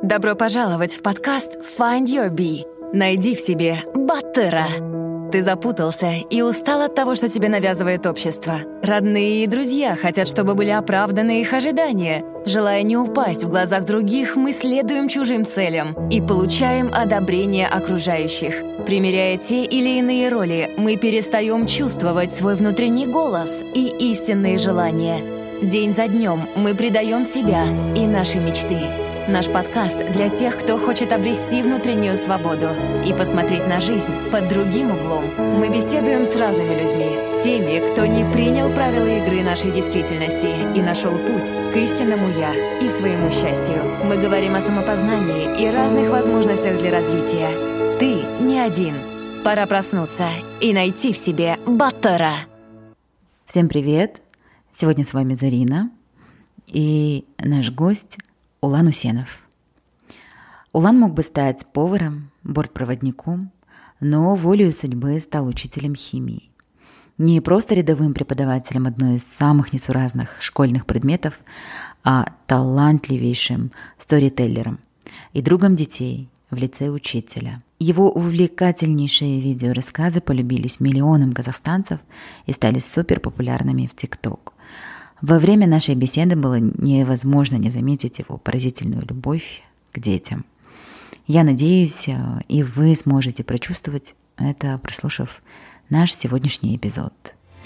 Добро пожаловать в подкаст Find Your Bee. Найди в себе Баттера. Ты запутался и устал от того, что тебе навязывает общество. Родные и друзья хотят, чтобы были оправданы их ожидания. Желая не упасть в глазах других, мы следуем чужим целям и получаем одобрение окружающих. Примеряя те или иные роли, мы перестаем чувствовать свой внутренний голос и истинные желания. День за днем мы предаем себя и наши мечты. Наш подкаст для тех, кто хочет обрести внутреннюю свободу и посмотреть на жизнь под другим углом. Мы беседуем с разными людьми, теми, кто не принял правила игры нашей действительности и нашел путь к истинному «я» и своему счастью. Мы говорим о самопознании и разных возможностях для развития. Ты не один. Пора проснуться и найти в себе Баттера. Всем привет! Сегодня с вами Зарина и наш гость Улан Усенов. Улан мог бы стать поваром, бортпроводником, но волею судьбы стал учителем химии. Не просто рядовым преподавателем одной из самых несуразных школьных предметов, а талантливейшим сторителлером и другом детей в лице учителя. Его увлекательнейшие видеорассказы полюбились миллионам казахстанцев и стали суперпопулярными в ТикТок. Во время нашей беседы было невозможно не заметить его поразительную любовь к детям. Я надеюсь, и вы сможете прочувствовать это, прослушав наш сегодняшний эпизод.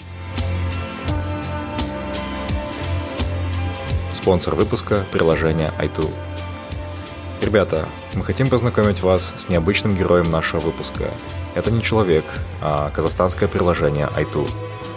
Спонсор выпуска – приложение iToo. Ребята, мы хотим познакомить вас с необычным героем нашего выпуска. Это не человек, а казахстанское приложение iToo.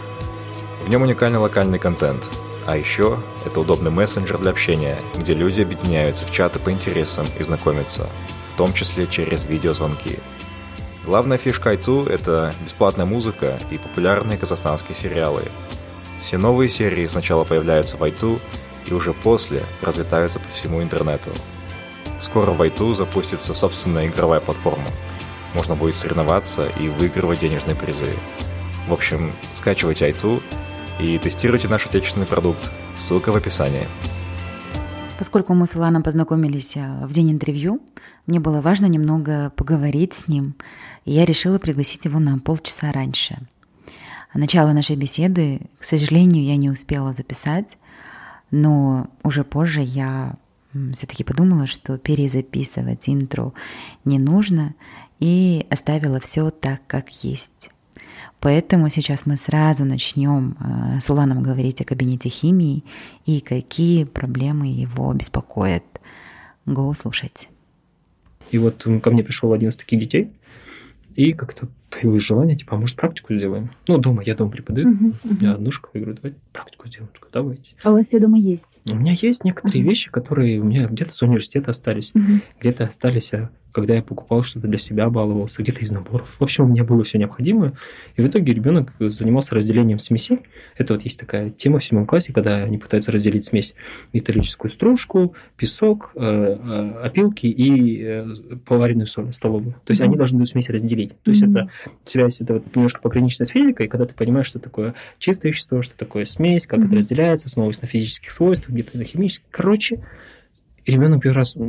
В нем уникальный локальный контент. А еще это удобный мессенджер для общения, где люди объединяются в чаты по интересам и знакомятся, в том числе через видеозвонки. Главная фишка iToo – это бесплатная музыка и популярные казахстанские сериалы. Все новые серии сначала появляются в iToo и уже после разлетаются по всему интернету. Скоро в iToo запустится собственная игровая платформа. Можно будет соревноваться и выигрывать денежные призы. В общем, скачивайте iToo и тестируйте наш отечественный продукт. Ссылка в описании. Поскольку мы с Уланом познакомились в день интервью, мне было важно немного поговорить с ним, и я решила пригласить его на полчаса раньше. Начало нашей беседы, к сожалению, я не успела записать, но уже позже я все-таки подумала, что перезаписывать интро не нужно, и оставила все так, как есть. Поэтому сейчас мы сразу начнем с Уланом говорить о кабинете химии и какие проблемы его беспокоят. Го слушать. И вот ко мне пришел один из таких детей, и как-то появилось желание, типа, а может, практику сделаем? Ну, дома, я дома преподаю, я однушка, я говорю, давайте практику сделаем. Такой, давайте. А у вас все дома есть? У меня есть некоторые вещи, которые у меня где-то с университета остались, где-то остались, когда я покупал что-то для себя, баловался, где-то из наборов. В общем, у меня было все необходимое. И в итоге ребенок занимался разделением смесей. Это вот есть такая тема в 7 классе, когда они пытаются разделить смесь: металлическую стружку, песок, опилки и поваренную соль столовую. То есть они должны эту смесь разделить. То есть это связь, это вот немножко пограничная с физикой, когда ты понимаешь, что такое чистое вещество, что такое смесь, как это разделяется, основываясь на физических свойствах, где-то на химических. Короче, ребенок первый раз,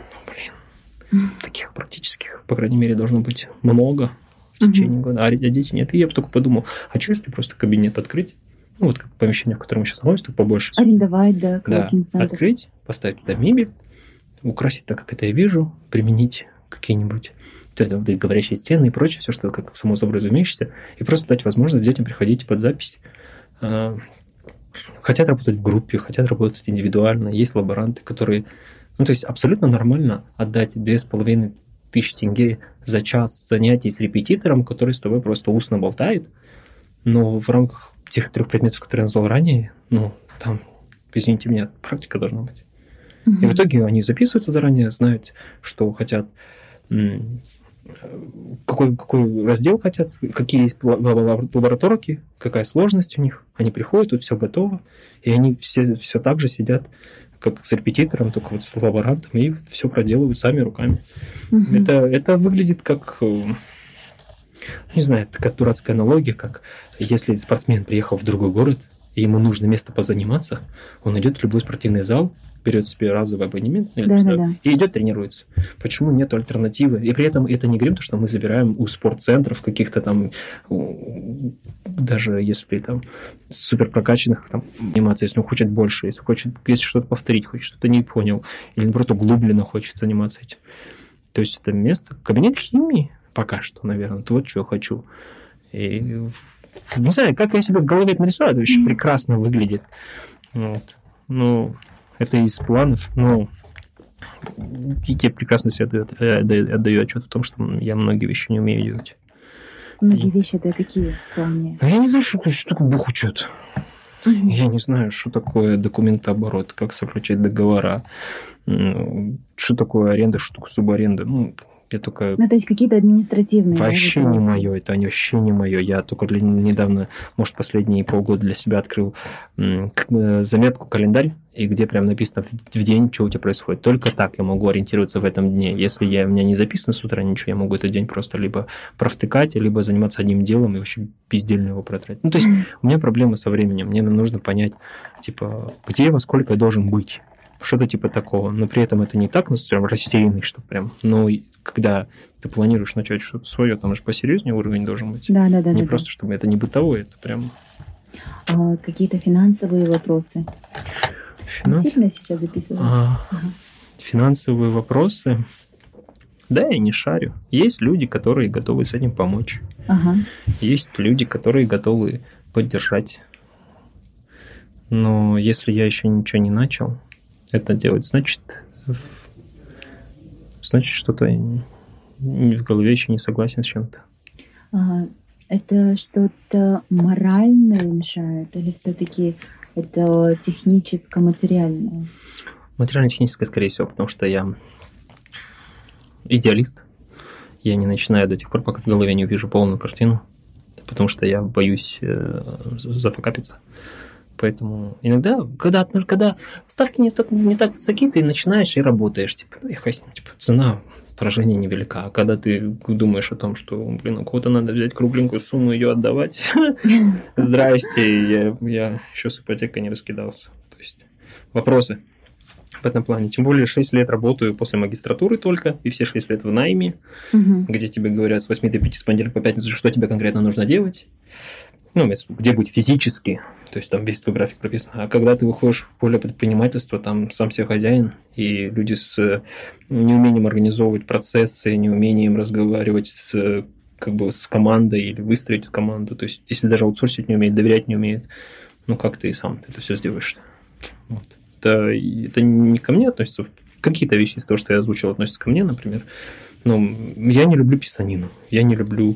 таких практических, по крайней мере, должно быть много в течение года, а дети нет. И я только подумал, а что если просто кабинет открыть, ну вот как помещение, в котором мы сейчас находимся, только побольше. Арендовать, да, коворкинг-центр. Открыть, поставить туда мебель, украсить так, как это я вижу, применить какие-нибудь говорящие стены и прочее, все, что как само собой разумеющееся, и просто дать возможность детям приходить под запись. Хотят работать в группе, хотят работать индивидуально. Есть лаборанты, которые... Ну, то есть абсолютно нормально отдать 2500 тенге за час занятий с репетитором, который с тобой просто устно болтает, но в рамках тех 3 предметов, которые я назвал ранее, там, извините меня, практика должна быть. И в итоге они записываются заранее, знают, что хотят, какой раздел хотят, какие есть лабораторики, какая сложность у них. Они приходят, тут все готово, и они все так же сидят, как с репетитором, только вот с лаборантом, и все проделывают сами руками. Это выглядит как, не знаю, такая дурацкая аналогия, как если спортсмен приехал в другой город, и ему нужно место позаниматься, он идет в любой спортивный зал, берет себе разовый абонемент и идет тренируется. Почему нет альтернативы? И при этом это не говорим, что мы забираем у спортцентров каких-то там, даже если там супер прокачанных там, заниматься, если он хочет больше, если что-то повторить, хочет что-то не понял, или наоборот углубленно хочет заниматься этим. То есть это место, кабинет химии пока что, наверное, это вот что я хочу. И не знаю, как я себе в голове это нарисовал, это очень прекрасно выглядит. Вот. Ну, это из планов, но я прекрасно себе отдаю отчет о том, что я многие вещи не умею делать. Многие вещи это какие в плане? Я не знаю, что такое бухучет. Я не знаю, что такое документооборот, как заключать договора, что такое аренда, что такое субаренда. Я только... то есть какие-то административные... Вообще не мое, это вообще не мое. Я только недавно, может, последние полгода для себя открыл заметку, календарь, и где прям написано в день, что у тебя происходит. Только так я могу ориентироваться в этом дне. Если у меня не записано с утра ничего, я могу этот день просто либо провтыкать, либо заниматься одним делом и вообще пиздельно его протратить. То есть у меня проблемы со временем. Мне нужно понять, типа, где во сколько я должен быть. Что-то типа такого. Но при этом это не так, прям рассеянный, что прям... Но когда ты планируешь начать что-то свое, там же посерьезнее уровень должен быть. Да. Не просто, чтобы это не бытовое, это прям... Какие-то финансовые вопросы. Сильно сейчас записываю? Финансовые вопросы? Да, я не шарю. Есть люди, которые готовы с этим помочь. Есть люди, которые готовы поддержать. Но если я еще ничего не начал это делать, значит что-то в голове еще не согласен с чем-то. Это что-то моральное мешает или все-таки это техническо-материальное? Материально-техническое, скорее всего, потому что я идеалист. Я не начинаю до тех пор, пока в голове не увижу полную картину, потому что я боюсь зафакапиться. Поэтому иногда, когда ставки не так высоки, ты начинаешь и работаешь. Цена поражения невелика. А когда ты думаешь о том, что, у кого-то надо взять кругленькую сумму и ее отдавать, здрасте, я еще с ипотекой не раскидался. То есть вопросы в этом плане. Тем более 6 лет работаю после магистратуры только, и все 6 лет в найме, где тебе говорят с 8 до 5 с понедельника по пятницу, что тебе конкретно нужно делать. Где быть физически, то есть там весь твой график прописан. А когда ты выходишь в поле предпринимательства, там сам себе хозяин, и люди с неумением организовывать процессы, неумением разговаривать с командой или выстроить команду. То есть если даже аутсорсить не умеет, доверять не умеет, как ты и сам это все сделаешь? Вот. Это не ко мне относится. Какие-то вещи из того, что я озвучил, относятся ко мне, например. Но я не люблю писанину. Я не люблю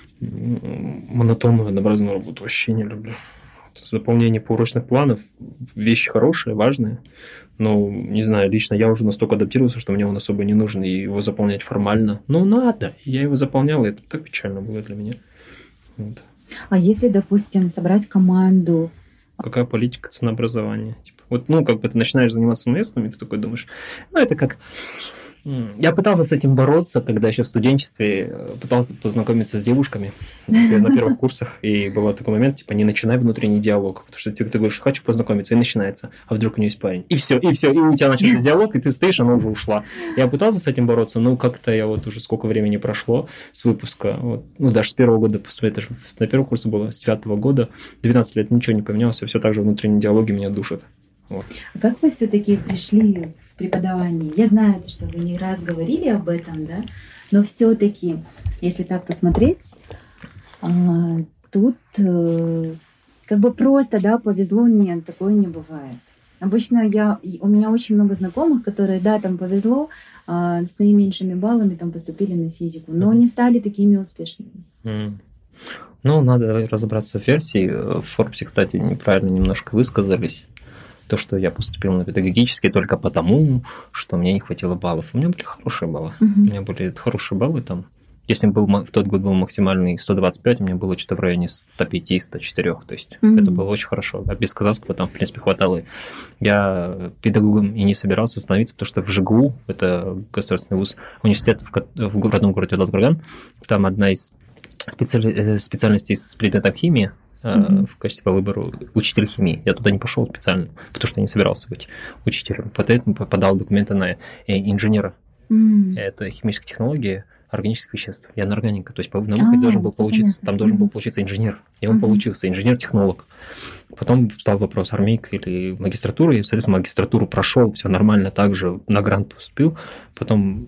монотонную, однообразную работу. Вообще не люблю. Заполнение поурочных планов – вещь хорошая, важная. Но, не знаю, лично я уже настолько адаптировался, что мне он особо не нужен, и его заполнять формально. Надо. Я его заполнял, и это так печально было для меня. Вот. А если, допустим, собрать команду? Какая политика ценообразования? Ты начинаешь заниматься самоедством, и ты такой думаешь, это как... Я пытался с этим бороться, когда еще в студенчестве пытался познакомиться с девушками на первых курсах, и был такой момент, не начинай внутренний диалог, потому что ты говоришь, хочу познакомиться, и начинается, а вдруг у нее есть парень. И все, и у тебя начался диалог, и ты стоишь, она уже ушла. Я пытался с этим бороться, как-то я уже сколько времени прошло с выпуска, даже с первого года, это же на первом курсе было, с 5-го года, 12 лет ничего не поменялось, все так же внутренние диалоги меня душат. Вот. А как вы все-таки пришли в преподавание? Я знаю, что вы не раз говорили об этом, да, но все-таки, если так посмотреть, тут просто, повезло, нет, такое не бывает. Обычно у меня очень много знакомых, которые, там повезло, с наименьшими баллами там поступили на физику, но не стали такими успешными. Надо разобраться в версии. В Форбсе, кстати, неправильно немножко высказались. То, что я поступил на педагогический только потому, что мне не хватило баллов. У меня были хорошие баллы. У меня были хорошие баллы там. Если в тот год был максимальный 125, у меня было что-то в районе 105-104. То есть это было очень хорошо. А без казахского там, в принципе, хватало. Я педагогом и не собирался становиться, потому что в ЖГУ, это государственный вуз, университет в родном городе Талдыкурган, там одна из специальностей с предметом химии, в качестве по выбору учитель химии. Я туда не пошел специально, потому что я не собирался быть учителем. Поэтому подал документы на инженера. Это химические технологии органических веществ. Я на органика. То есть на выходе должен был получиться, там должен был получиться инженер. И он получился, инженер-технолог. Потом стал вопрос, армейка или магистратура. Я, соответственно, магистратуру прошел, все нормально, также на грант поступил. Потом,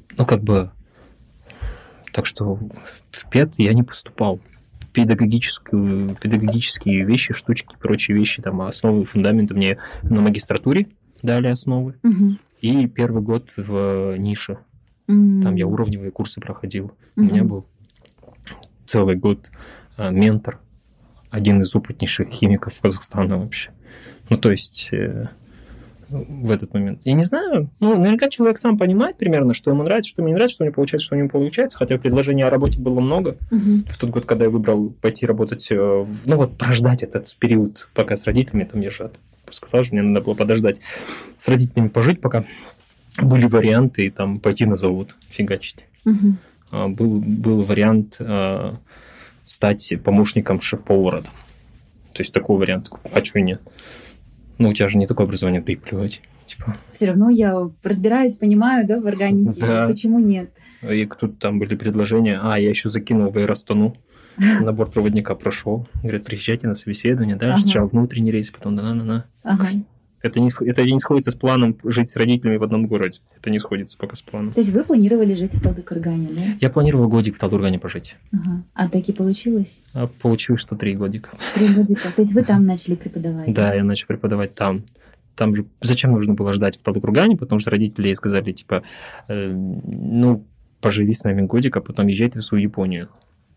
так что в ПЕД я не поступал. Педагогические вещи, штучки, прочие вещи, там основы, фундаменты мне на магистратуре дали основы. И первый год в нише. Там я уровневые курсы проходил. У меня был целый год ментор, один из опытнейших химиков Казахстана вообще. То есть в этот момент. Я не знаю, наверняка человек сам понимает примерно, что ему нравится, что ему не нравится, что у него получается, что у него получается, хотя предложений о работе было много. В тот год, когда я выбрал пойти работать, прождать этот период, пока с родителями, там я же сказал, что мне надо было подождать, с родителями пожить, пока были варианты там пойти на завод фигачить. Был вариант стать помощником шеф-повара. То есть такой вариант. А чего и нет? У тебя же не такое образование, да и плевать. Все равно я разбираюсь, понимаю, да, в органике. Да. Почему нет? И тут там были предложения. Я еще закинул в Аэростану. Набор проводника прошел. Говорят, приезжайте на собеседование. Дальше сначала внутренний рейс, потом Это не сходится с планом жить с родителями в одном городе. Это не сходится пока с планом. То есть вы планировали жить в Талдыкургане, да? Я планировал годик в Талдыкургане пожить. А таки получилось? Получилось, что 3 годика. 3 годика. То есть вы там начали преподавать? Да, я начал преподавать там. Там же зачем нужно было ждать в Талдыкургане, потому что родители ей сказали, поживи с нами годик, а потом езжайте в свою Японию.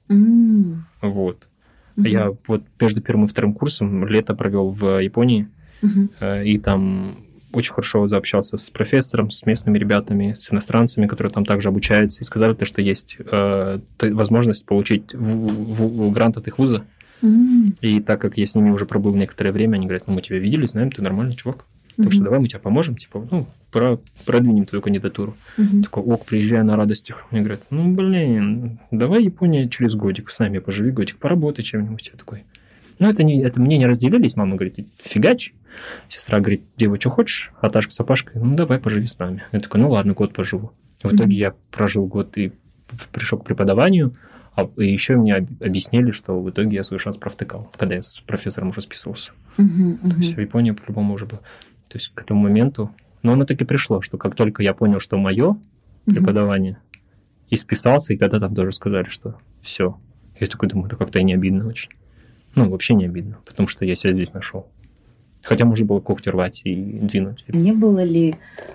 Вот. Я между первым и вторым курсом лето провел в Японии. И там очень хорошо заобщался с профессором, с местными ребятами, с иностранцами, которые там также обучаются, и сказали, что есть возможность получить грант от их вуза. И так как я с ними уже пробыл некоторое время, они говорят, мы тебя видели, знаем, ты нормальный чувак. Так что давай мы тебе поможем, продвинем твою кандидатуру. Такой, приезжай на радостях. Мне говорят, давай Япония через годик, с нами поживи годик, поработай чем-нибудь. Я такой... это мне не разделились. Мама говорит, фигач. Сестра говорит, дева, что хочешь? Аташка с Апашкой, давай поживи с нами. Я такой, ладно, год поживу. В итоге я прожил год и пришел к преподаванию, и еще мне объяснили, что в итоге я свой шанс провтыкал, когда я с профессором уже списывался. То есть в Японии по-любому уже было. То есть к этому моменту... Но оно таки пришло, что как только я понял, что мое преподавание, и списался, и тогда там тоже сказали, что все. Я такой думаю, это как-то и не обидно очень. Вообще не обидно, потому что я себя здесь нашел. Хотя можно было когти рвать и двинуть. Не было ли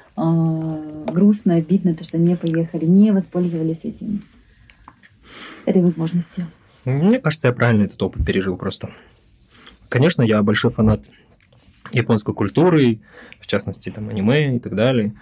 грустно, обидно, то, что не поехали, не воспользовались этой возможностью? Мне кажется, я правильно этот опыт пережил просто. Конечно, я большой фанат японской культуры, в частности, там, аниме и так далее.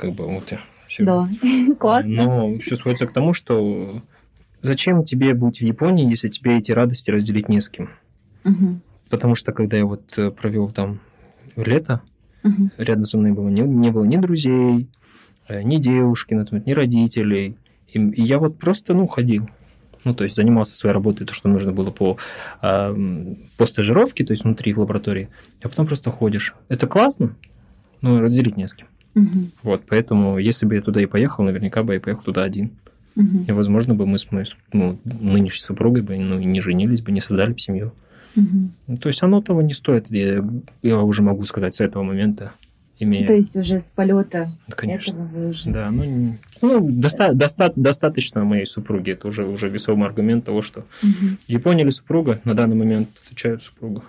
Да, классно. Но все сводится к тому, что зачем тебе быть в Японии, если тебе эти радости разделить не с кем? Потому что, когда я провел там лето, рядом со мной не было ни друзей, ни девушки, ни родителей. И я просто, ходил. То есть занимался своей работой, то, что нужно было по стажировке, то есть внутри в лаборатории. А потом просто ходишь. Это классно, но разделить не с кем. Поэтому, если бы я туда и поехал, наверняка бы я поехал туда один. И, возможно, бы мы с моей нынешней супругой бы не женились бы, не создали бы семью. То есть оно того не стоит, я уже могу сказать с этого момента. То есть уже с полета конечно. Этого вы уже... Да, достаточно моей супруги. Это уже весомый аргумент того, что Япония или супруга, на данный момент отвечаю супруга.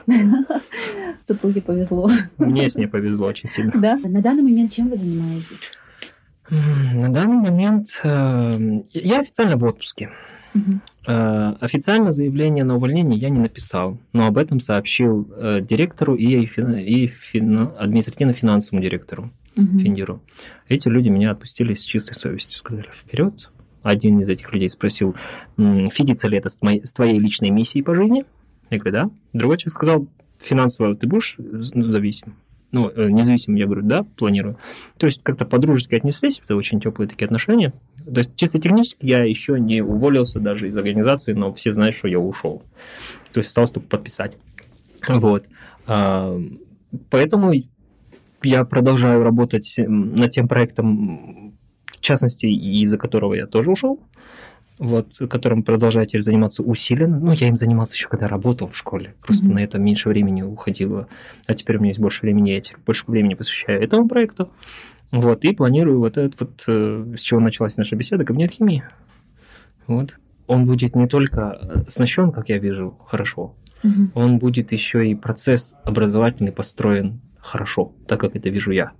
Супруге повезло. Мне с ней повезло очень сильно. Да. На данный момент чем вы занимаетесь? На данный момент я официально в отпуске. Официально заявление на увольнение я не написал, но об этом сообщил директору и административно-финансовому директору Финдиру. Эти люди меня отпустили с чистой совестью, сказали вперед. Один из этих людей спросил, фидится ли это с твоей личной миссией по жизни? Я говорю, да. Другой человек сказал, финансово ты будешь зависим? Независимым, я говорю, да, планирую. То есть как-то по-дружески отнеслись, это очень теплые такие отношения. То есть чисто технически я еще не уволился даже из организации, но все знают, что я ушел. То есть осталось только подписать. Вот. Поэтому я продолжаю работать над тем проектом, в частности, из-за которого я тоже ушел, вот, которым продолжаю теперь заниматься усиленно. Ну, я им занимался еще когда работал в школе, просто на это меньше времени уходило, а теперь у меня есть больше времени, я теперь больше времени посвящаю этому проекту. Вот, и планирую вот этот вот, с чего началась наша беседа, кабинет химии. Вот. Он будет не только оснащен, как я вижу, хорошо, он будет еще и процесс образовательный построен хорошо, так как это вижу я.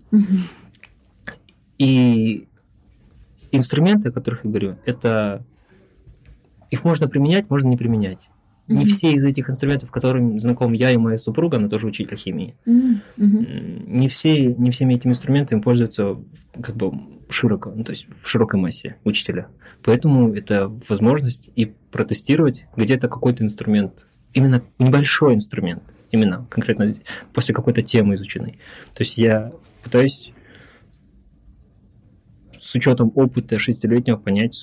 И инструменты, о которых я говорю, это их можно применять, можно не применять. Не все из этих инструментов, которыми знаком я и моя супруга, она тоже учитель химии. Не всеми этими инструментами пользуются как бы широко, ну, то есть в широкой массе учителя. Поэтому это возможность и протестировать где-то какой-то инструмент, именно небольшой инструмент, именно конкретно после какой-то темы изученной. То есть я пытаюсь с учетом опыта 6-летнего понять,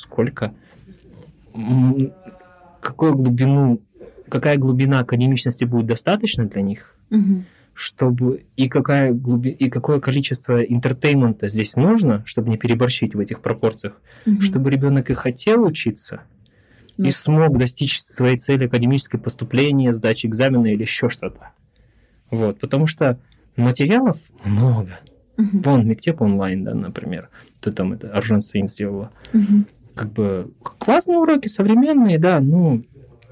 какая глубина академичности будет достаточно для них, чтобы и какое количество интертеймента здесь нужно, чтобы не переборщить в этих пропорциях, чтобы ребенок и хотел учиться, и смог достичь своей цели академическое поступление, сдачи экзамена или еще что-то. Вот, потому что материалов много. Вон, Мектеп онлайн, да, например. Ты там это Аржан Саин сделала. Как бы классные уроки, современные, да, ну,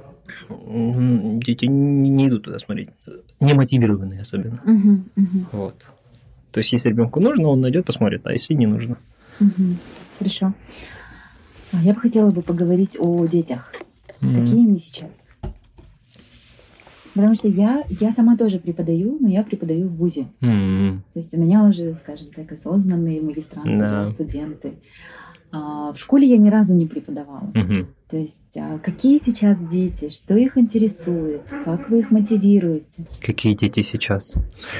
дети не идут туда смотреть. Не мотивированные особенно. Вот. То есть, если ребенку нужно, он найдет, посмотрит, а если не нужно. Хорошо. Я бы хотела поговорить о детях. Какие они сейчас? Потому что я сама тоже преподаю, но я преподаю в вузе. То есть у меня уже, скажем так, осознанные магистранты, студенты. В школе я ни разу не преподавала. То есть какие сейчас дети, что их интересует, как вы их мотивируете? Какие дети сейчас?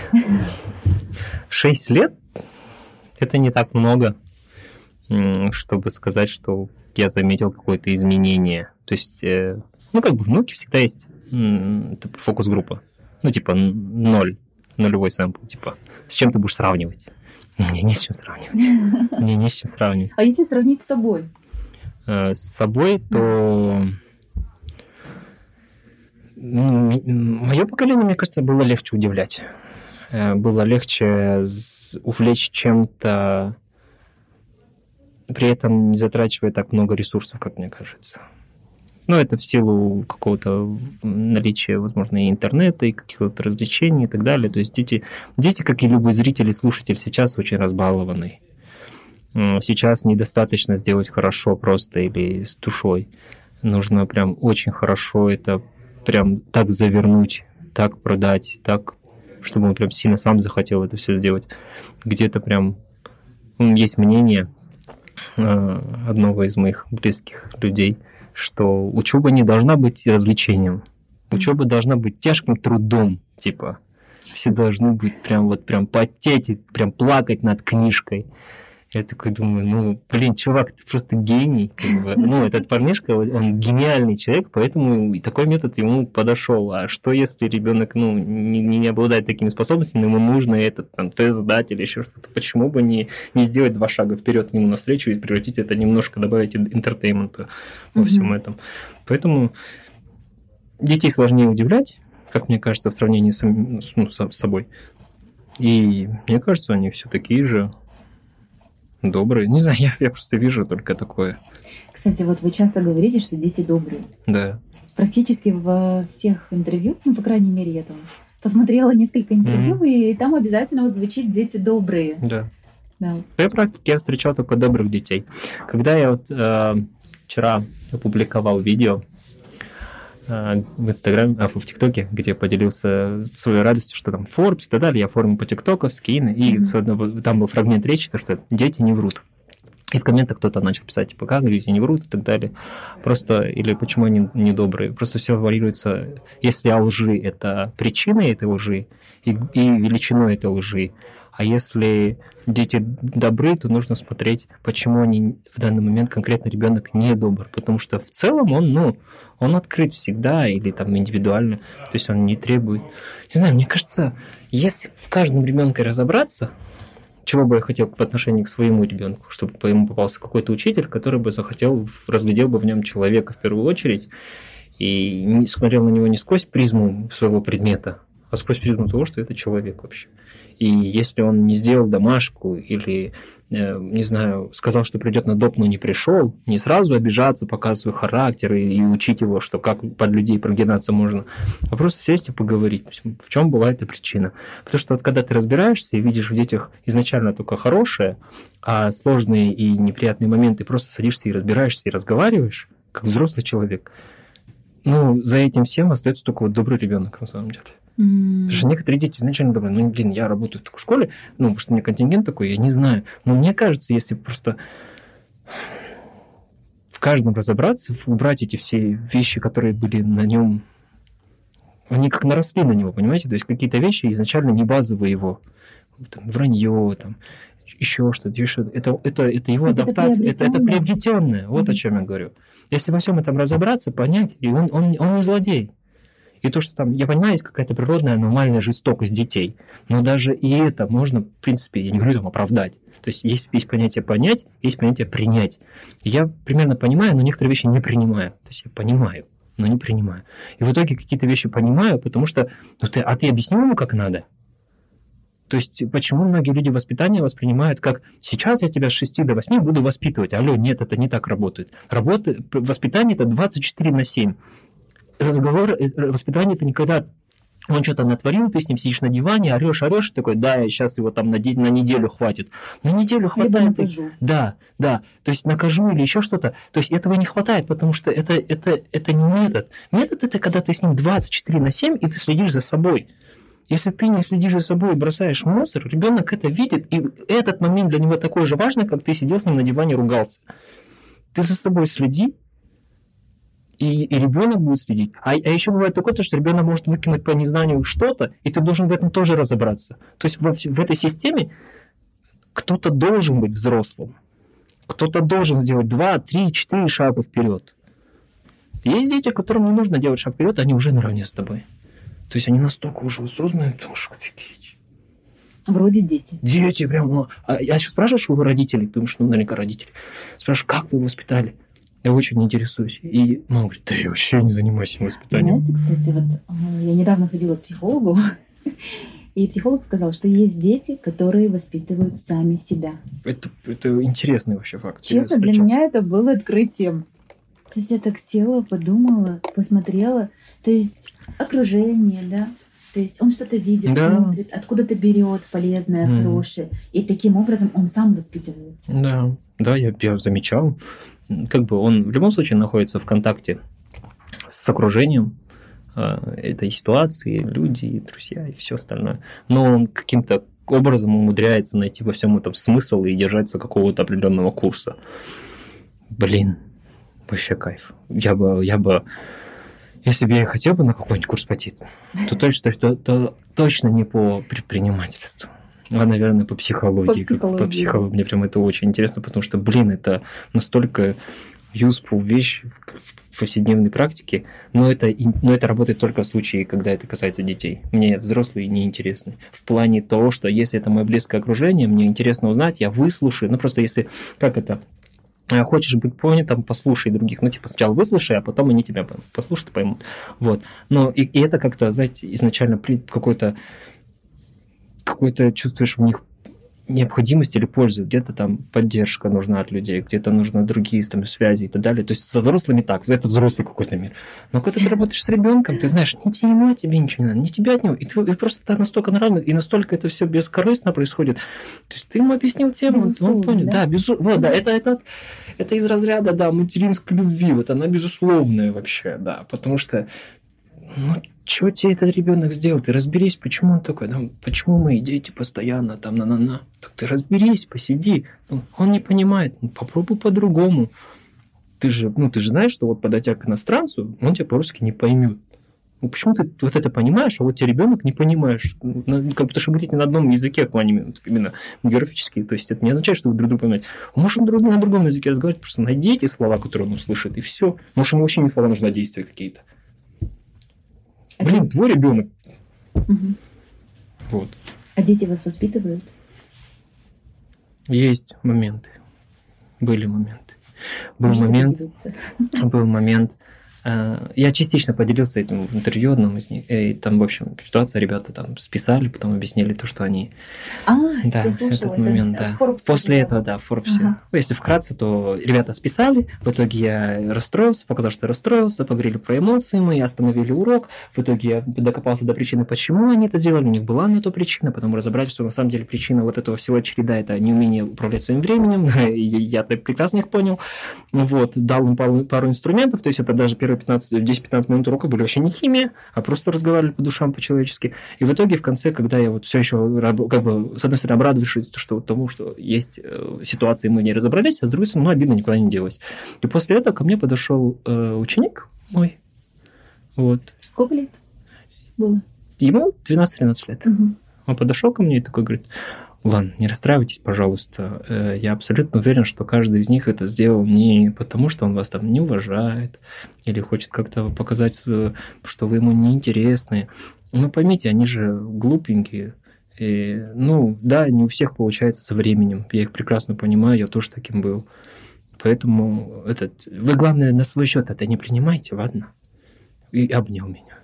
6 лет? Это не так много, чтобы сказать, что я заметил какое-то изменение. То есть, ну, как бы в науке всегда есть фокус-группа. Ну, типа 0, нулевой сэмпл. Типа, с чем ты будешь сравнивать? Мне не с чем сравнивать. А если сравнить с собой? С собой, то мое поколение, мне кажется, было легче удивлять. Было легче увлечь чем-то, при этом не затрачивая так много ресурсов, как мне кажется. Ну, это в силу какого-то наличия, возможно, и интернета, и каких-то развлечений и так далее. То есть дети, как и любой зритель и слушатель, сейчас очень разбалованы. Сейчас недостаточно сделать хорошо просто или с душой. Нужно прям очень хорошо это прям так завернуть, так продать, так, чтобы он прям сильно сам захотел это все сделать. Где-то прям есть мнение одного из моих близких людей, что учеба не должна быть развлечением. Учеба должна быть тяжким трудом, типа. Все должны быть прям потеть, и прям плакать над книжкой. Я такой думаю, ну, блин, чувак, ты просто гений. Как бы. Ну, этот парнишка, он гениальный человек, поэтому такой метод ему подошел. А что, если ребенок, ну, не обладает такими способностями, ему нужно этот там, тест сдать или еще что-то? Почему бы не сделать 2 шага вперед к нему навстречу и превратить это немножко, добавить интертеймента во всем этом? Поэтому детей сложнее удивлять, как мне кажется, в сравнении с собой. И мне кажется, они все такие же добрые. Не знаю, я просто вижу только такое. Кстати, вот вы часто говорите, что дети добрые. Да. Практически во всех интервью, ну, по крайней мере, я там посмотрела несколько интервью, и там обязательно вот звучит «дети добрые». Да. В своей практике я встречал только добрых детей. Когда я вот вчера опубликовал видео в Инстаграме, в ТикТоке, где поделился своей радостью, что там Forbes и так далее, я оформил по-тиктоковски, и там был фрагмент речи, то, что дети не врут. И в комментах кто-то начал писать, типа, как дети не врут и так далее. Просто, или почему они недобрые. Просто все варьируется, если о лжи это причина этой лжи и величиной этой лжи, А если дети добры, то нужно смотреть, почему они в данный момент конкретно ребенок не добр. Потому что в целом он открыт всегда или там индивидуально. То есть он не требует... Не знаю, мне кажется, если в каждом ребенке разобраться, чего бы я хотел в отношении к своему ребенку, чтобы по ему попался какой-то учитель, который бы захотел, разглядел бы в нем человека в первую очередь и не смотрел на него не сквозь призму своего предмета, а сквозь призму того, что это человек вообще. И если он не сделал домашку или, не знаю, сказал, что придет на доп, но не пришел, не сразу обижаться, показывать свой характер и учить его, что как под людей прогинаться можно, а просто сесть и поговорить, в чем была эта причина. Потому что вот когда ты разбираешься и видишь в детях изначально только хорошее, а сложные и неприятные моменты просто садишься и разбираешься и разговариваешь, как взрослый человек, за этим всем остается только вот добрый ребенок на самом деле. Потому что некоторые дети изначально думают, я работаю в такой школе, потому что у меня контингент такой, я не знаю. Но мне кажется, если просто в каждом разобраться, убрать эти все вещи, которые были на нем, они как наросли на него, понимаете? То есть какие-то вещи изначально не базовые его. Там, вранье, там, еще что-то. Это его адаптация, это приобретенное. Вот о чем я говорю. Если во всем этом разобраться, понять, и он не злодей. И то, что там, я понимаю, есть какая-то природная аномальная жестокость детей, но даже и это можно, в принципе, я не говорю там оправдать. То есть есть понятие понять, есть понятие принять. Я примерно понимаю, но некоторые вещи не принимаю. То есть я понимаю, но не принимаю. И в итоге какие-то вещи понимаю, потому что ты объяснил ему, как надо. То есть почему многие люди воспитание воспринимают как «сейчас я тебя с 6 до 8 буду воспитывать». Алло, нет, это не так работает. Воспитание – это 24/7. Воспитание – это никогда он что-то натворил, ты с ним сидишь на диване, орешь, такой, да, сейчас его там на неделю хватит. На неделю хватает. Либо накажу. Да. То есть накажу или еще что-то. То есть этого не хватает, потому что это не метод. Метод – это когда ты с ним 24/7, и ты следишь за собой. Если ты не следишь за собой и бросаешь мусор, ребенок это видит, и этот момент для него такой же важный, как ты сидел с ним на диване и ругался. Ты за собой следи, и ребенок будет следить. А еще бывает такое, что ребенок может выкинуть по незнанию что-то, и ты должен в этом тоже разобраться. То есть в этой системе кто-то должен быть взрослым. Кто-то должен сделать 2, 3, 4 шага вперед. Есть дети, которым не нужно делать шаг вперед, они уже наравне с тобой. То есть они настолько уже осознанные, потому что офигеть. Вроде дети. Дети прям. А я еще спрашиваю у родителей, думаешь, наверняка родители. Спрашиваю, как вы его воспитали? Я очень интересуюсь. И мама говорит, да я вообще не занимаюсь воспитанием. Знаете, кстати, я недавно ходила к психологу, и психолог сказал, что есть дети, которые воспитывают сами себя. Это интересный вообще факт. Честно, для меня это было открытием. То есть я так села, подумала, посмотрела. То есть окружение, да. То есть он что-то видит, смотрит, откуда-то берет полезное, хорошее. И таким образом он сам воспитывается. Да, я замечал. Как бы он в любом случае находится в контакте с окружением этой ситуации, люди, друзья и все остальное. Но он каким-то образом умудряется найти во всем этом смысл и держаться какого-то определенного курса. Блин, вообще кайф. Я бы если бы я хотел бы на какой-нибудь курс пойти, то точно не по предпринимательству, а, наверное, по психологии. По психологии. Мне прям это очень интересно, потому что, это настолько useful вещь в повседневной практике, но это работает только в случае, когда это касается детей. Мне взрослые неинтересны. В плане того, что если это мое близкое окружение, мне интересно узнать, я выслушаю. Просто если, хочешь быть понятым, послушай других. Сначала выслушай, а потом они тебя послушают и поймут. Вот. Но и это как-то, знаете, изначально какой-то чувствуешь в них необходимость или пользу. Где-то там поддержка нужна от людей, где-то нужны другие там связи и так далее. То есть со взрослыми так, это взрослый какой-то мир. Но когда ты работаешь с ребенком, ты знаешь, ни ему от тебя ничего не надо, ни тебя от него. И ты просто так настолько нравится, и настолько это все бескорыстно происходит. То есть ты ему объяснил тему, он понял. Да, безусловно. Да, это из разряда, материнской любви. Вот она безусловная вообще, да. Потому что что тебе этот ребенок сделал? Ты разберись, почему он такой, почему мои дети постоянно там Так ты разберись, посиди. Он не понимает, попробуй по-другому. Ты же знаешь, что подойдя к иностранцу, он тебя по-русски не поймет. Ну, почему ты вот это понимаешь, а вот тебе ребенок не понимаешь? Как будто что говорить не на одном языке, в плане именно географически. То есть это не означает, что вы друг друга понимаете. Может, он на другом языке разговаривать, просто найдите слова, которые он услышит, и все. Может, ему вообще не слова нужны, а действия какие-то. Блин, твой ребенок. Угу. Вот. А дети вас воспитывают? Есть моменты. Были моменты. Был момент. Я частично поделился этим в интервью одном из них. И там, в общем, ситуация, ребята там списали, потом объяснили то, что они... Да, я слышала, этот момент, да. После этого, да, в Форбсе. Ага. Если вкратце, то ребята списали, в итоге я расстроился, показал, что я расстроился, поговорили про эмоции мы, остановили урок, в итоге я докопался до причины, почему они это сделали, у них была на то причина, потом разобрали, что на самом деле причина вот этого всего череда, это неумение управлять своим временем, я прекрасно их понял, вот, дал им пару инструментов, то есть это даже первые 10-15 минут урока были вообще не химия, а просто разговаривали по душам по-человечески. И в итоге в конце, когда я вот все еще, как бы, с одной стороны, обрадовавшись тому, что есть ситуации, мы не разобрались, а с другой стороны, обидно никуда не делось. И после этого ко мне подошел ученик мой. Вот. Сколько лет было? Ему 12-13 лет. Угу. Он подошел ко мне и такой говорит: Улан, не расстраивайтесь, пожалуйста. Я абсолютно уверен, что каждый из них это сделал не потому, что он вас там не уважает или хочет как-то показать, что вы ему неинтересны. Но поймите, они же глупенькие. И, да, не у всех получается со временем. Я их прекрасно понимаю, я тоже таким был. Поэтому вы, главное, на свой счет это не принимайте, ладно? И обнял меня.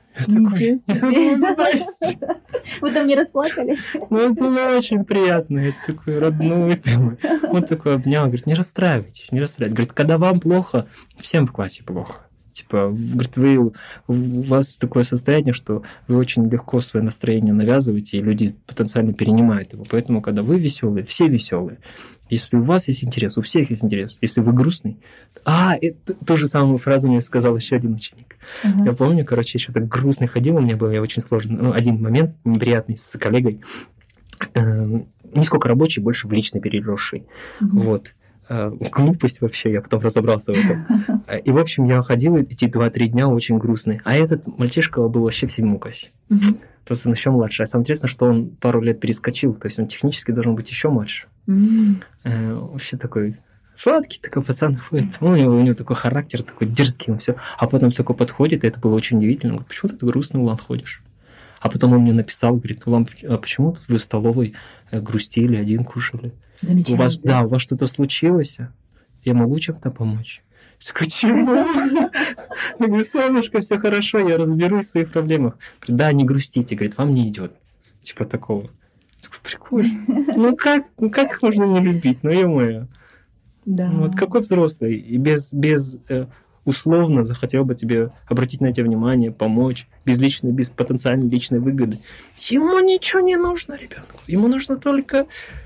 Здрасте. Вы там не расплакались? Это было очень приятно. Я такой родной. Он такой обнял, говорит: не расстраивайтесь, не расстраивайтесь. Говорит, когда вам плохо, всем в классе плохо. Типа, говорит, у вас такое состояние, что вы очень легко свое настроение навязываете, и люди потенциально перенимают его. Поэтому, когда вы веселые, все веселые. Если у вас есть интерес, у всех есть интерес. Если вы грустный... это ту же самую фразу мне сказал еще один ученик. Uh-huh. Я помню, еще так грустный ходил, у меня был очень сложный... один момент неприятный с коллегой. Не сколько рабочий, больше в личный переросший. Uh-huh. Вот. Глупость вообще, я потом разобрался в этом. И, в общем, я ходил эти 2-3 дня очень грустный. А этот мальчишка был вообще в 7 классе. Uh-huh. То есть он еще младше. А самое интересное, что он пару лет перескочил. То есть он технически должен быть еще младше. Вообще такой сладкий такой пацан ходит. У него такой характер, такой дерзкий, он все. А потом такой подходит, и это было очень удивительно. Он говорит: почему ты грустный, Улан, ходишь? А потом он мне написал, говорит: Улан, а почему вы в столовой грустили, один кушали? Замечательно. У вас что-то случилось? Я могу чем-то помочь? Я такой: чему? Я говорю: солнышко, все хорошо, я разберусь в своих проблемах. Говорит: да, не грустите, говорит, вам не идет. Типа такого. Прикольно. Как их можно не любить? Ё-моё. Да. Вот какой взрослый и без условно захотел бы тебе обратить на это внимание, помочь, без потенциальной личной выгоды. Ему ничего не нужно, ребенку. Ему нужно только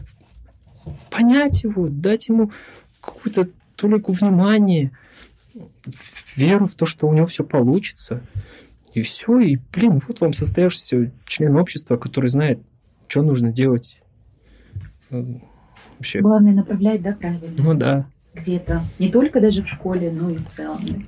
понять его, дать ему какую-то толику внимания, веру в то, что у него все получится. И все. И, вот вам состоявшийся член общества, который знает, что нужно делать вообще. Главное направлять, да, правильно? Да. Где-то. Не только даже в школе, но и в целом.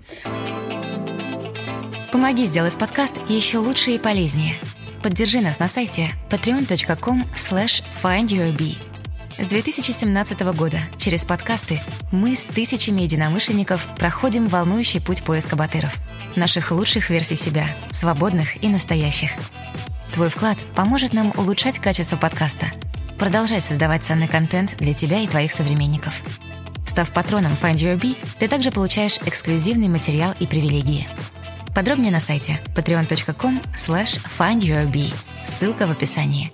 Помоги сделать подкаст еще лучше и полезнее. Поддержи нас на сайте patreon.com/findyourbee. С 2017 года через подкасты мы с тысячами единомышленников проходим волнующий путь поиска батыров. Наших лучших версий себя, свободных и настоящих. Твой вклад поможет нам улучшать качество подкаста, продолжать создавать ценный контент для тебя и твоих современников. Став патроном Find Your Bee, ты также получаешь эксклюзивный материал и привилегии. Подробнее на сайте patreon.com/findyourbee. Ссылка в описании.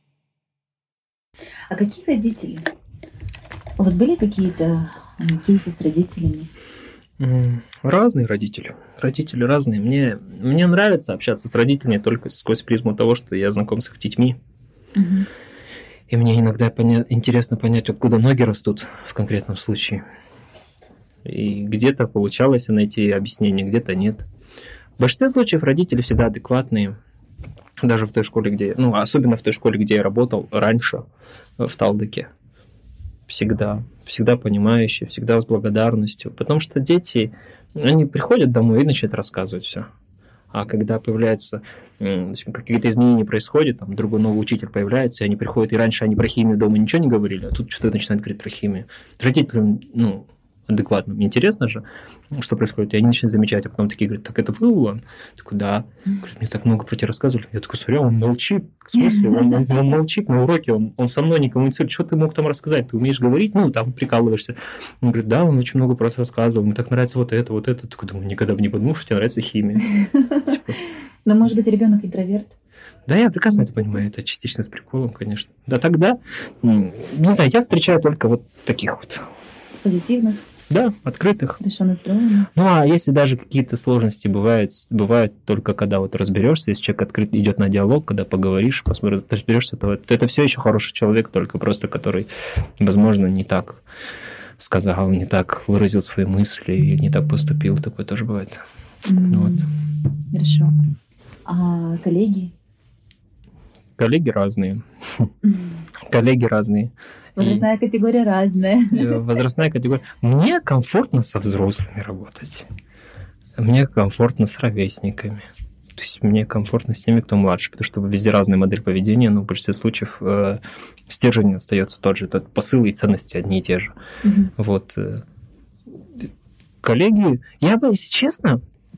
А какие родители? У вас были какие-то кейсы с родителями? Разные родители. Родители разные. Мне нравится общаться с родителями только сквозь призму того, что я знаком с их детьми. Угу. И мне иногда интересно понять, откуда ноги растут в конкретном случае. И где-то получалось найти объяснение, где-то нет. В большинстве случаев родители всегда адекватные. Даже в той школе, особенно в той школе, где я работал раньше, в Талдыке. Всегда понимающие, всегда с благодарностью. Потому что дети, они приходят домой и начинают рассказывать все. А когда появляются какие-то изменения происходят, там другой новый учитель появляется, и они приходят, и раньше они про химию дома ничего не говорили, а тут что-то начинают говорить про химию. Родителям, адекватно, мне интересно же, что происходит, и они начинают замечать, а потом такие говорят, так это вы, Улан? Я такой, да. Говорят, мне так много про тебя рассказывали. Я такой, смотрю, он молчит. В смысле? Он молчит на уроке, он со мной не коммуницирует. Что ты мог там рассказать? Ты умеешь говорить? Там прикалываешься. Он говорит, да, он очень много про вас рассказывал, мне так нравится вот это. Такой, думаю, никогда бы не подумал, что тебе нравится химия. Но, может быть, ребенок интроверт? Да, я прекрасно это понимаю, это частично с приколом, конечно. Да, тогда, не знаю, я встречаю только вот таких вот. Позитивных? Да, открытых. Хорошо настроенных. А если даже какие-то сложности бывают только когда вот разберешься, если человек открыт идет на диалог, когда поговоришь, посмотришь, разберешься, то это все еще хороший человек, только просто который, возможно, не так сказал, не так выразил свои мысли, или не так поступил, такое тоже бывает. Вот. Хорошо. А коллеги? Коллеги разные. Коллеги разные. Возрастная категория разная. Возрастная категория. Мне комфортно со взрослыми работать. Мне комфортно с ровесниками. То есть мне комфортно с теми, кто младше, потому что везде разная модель поведения, но в большинстве случаев стержень остается тот же. Это посылы и ценности одни и те же. Вот. Коллеги, я бы, если честно,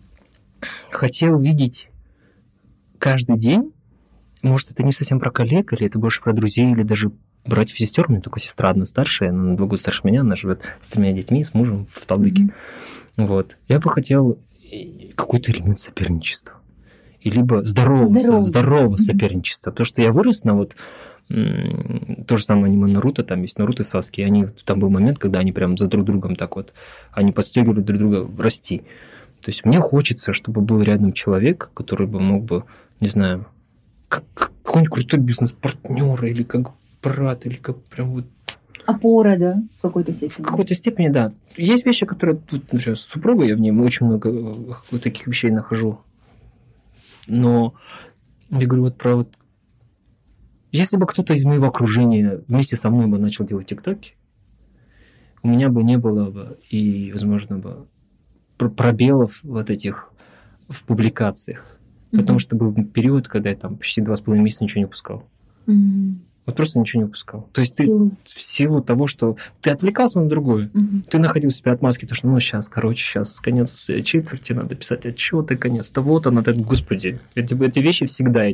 хотел видеть каждый день, может, это не совсем про коллег, или это больше про друзей, или даже братьев и сестер. У меня только сестра одна старшая, она на 2 года старше меня, она живет с 3 детьми, с мужем в Талдыке. Вот. Я бы хотел какой-то элемент соперничества. И либо здорового соперничества. Потому что я вырос на то же самое аниме Наруто, там есть Наруто и Саски, и там был момент, когда они прям за друг другом так вот, они подстегивали друг друга расти. То есть мне хочется, чтобы был рядом человек, который бы мог бы, не знаю, как какой-нибудь крутой бизнес-партнер, или как брат, или как прям вот... Опора, да, в какой-то степени? В какой-то степени, да. Есть вещи, которые, например, с супругой, я в ней очень много вот таких вещей нахожу. Но я говорю вот про вот... Если бы кто-то из моего окружения вместе со мной бы начал делать тиктоки, у меня бы не было бы и, возможно, бы пробелов вот этих в публикациях. Потому что был период, когда я там почти 2,5 месяца ничего не выпускал. Вот просто ничего не выпускал. То есть ты в силу того, что ты отвлекался на другое, ты находил себе отмазки, то что сейчас конец четверти, надо писать отчеты, конец-то вот она, господи. Эти вещи всегда,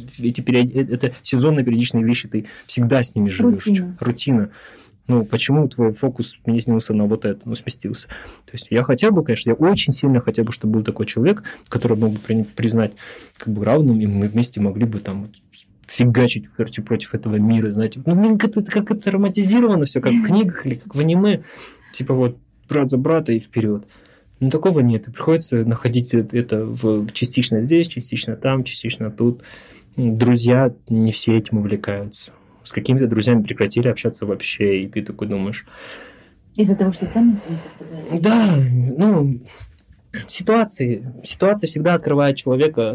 это сезонные периодичные вещи, ты всегда с ними живешь. Рутина. Почему твой фокус сменился на вот это, сместился? То есть я хотел бы, конечно, я очень сильно хотел бы, чтобы был такой человек, который мог бы признать как бы равным, и мы вместе могли бы там фигачить против этого мира, знаете. Как это романтизировано все, как в книгах или как в аниме. Типа вот брат за брата и вперед. Но такого нет. И приходится находить это частично здесь, частично там, частично тут. Друзья не все этим увлекаются. С какими-то друзьями прекратили общаться вообще, и ты такой думаешь... Из-за того, что ценности не совпадают? Да, ситуации всегда открывают человека.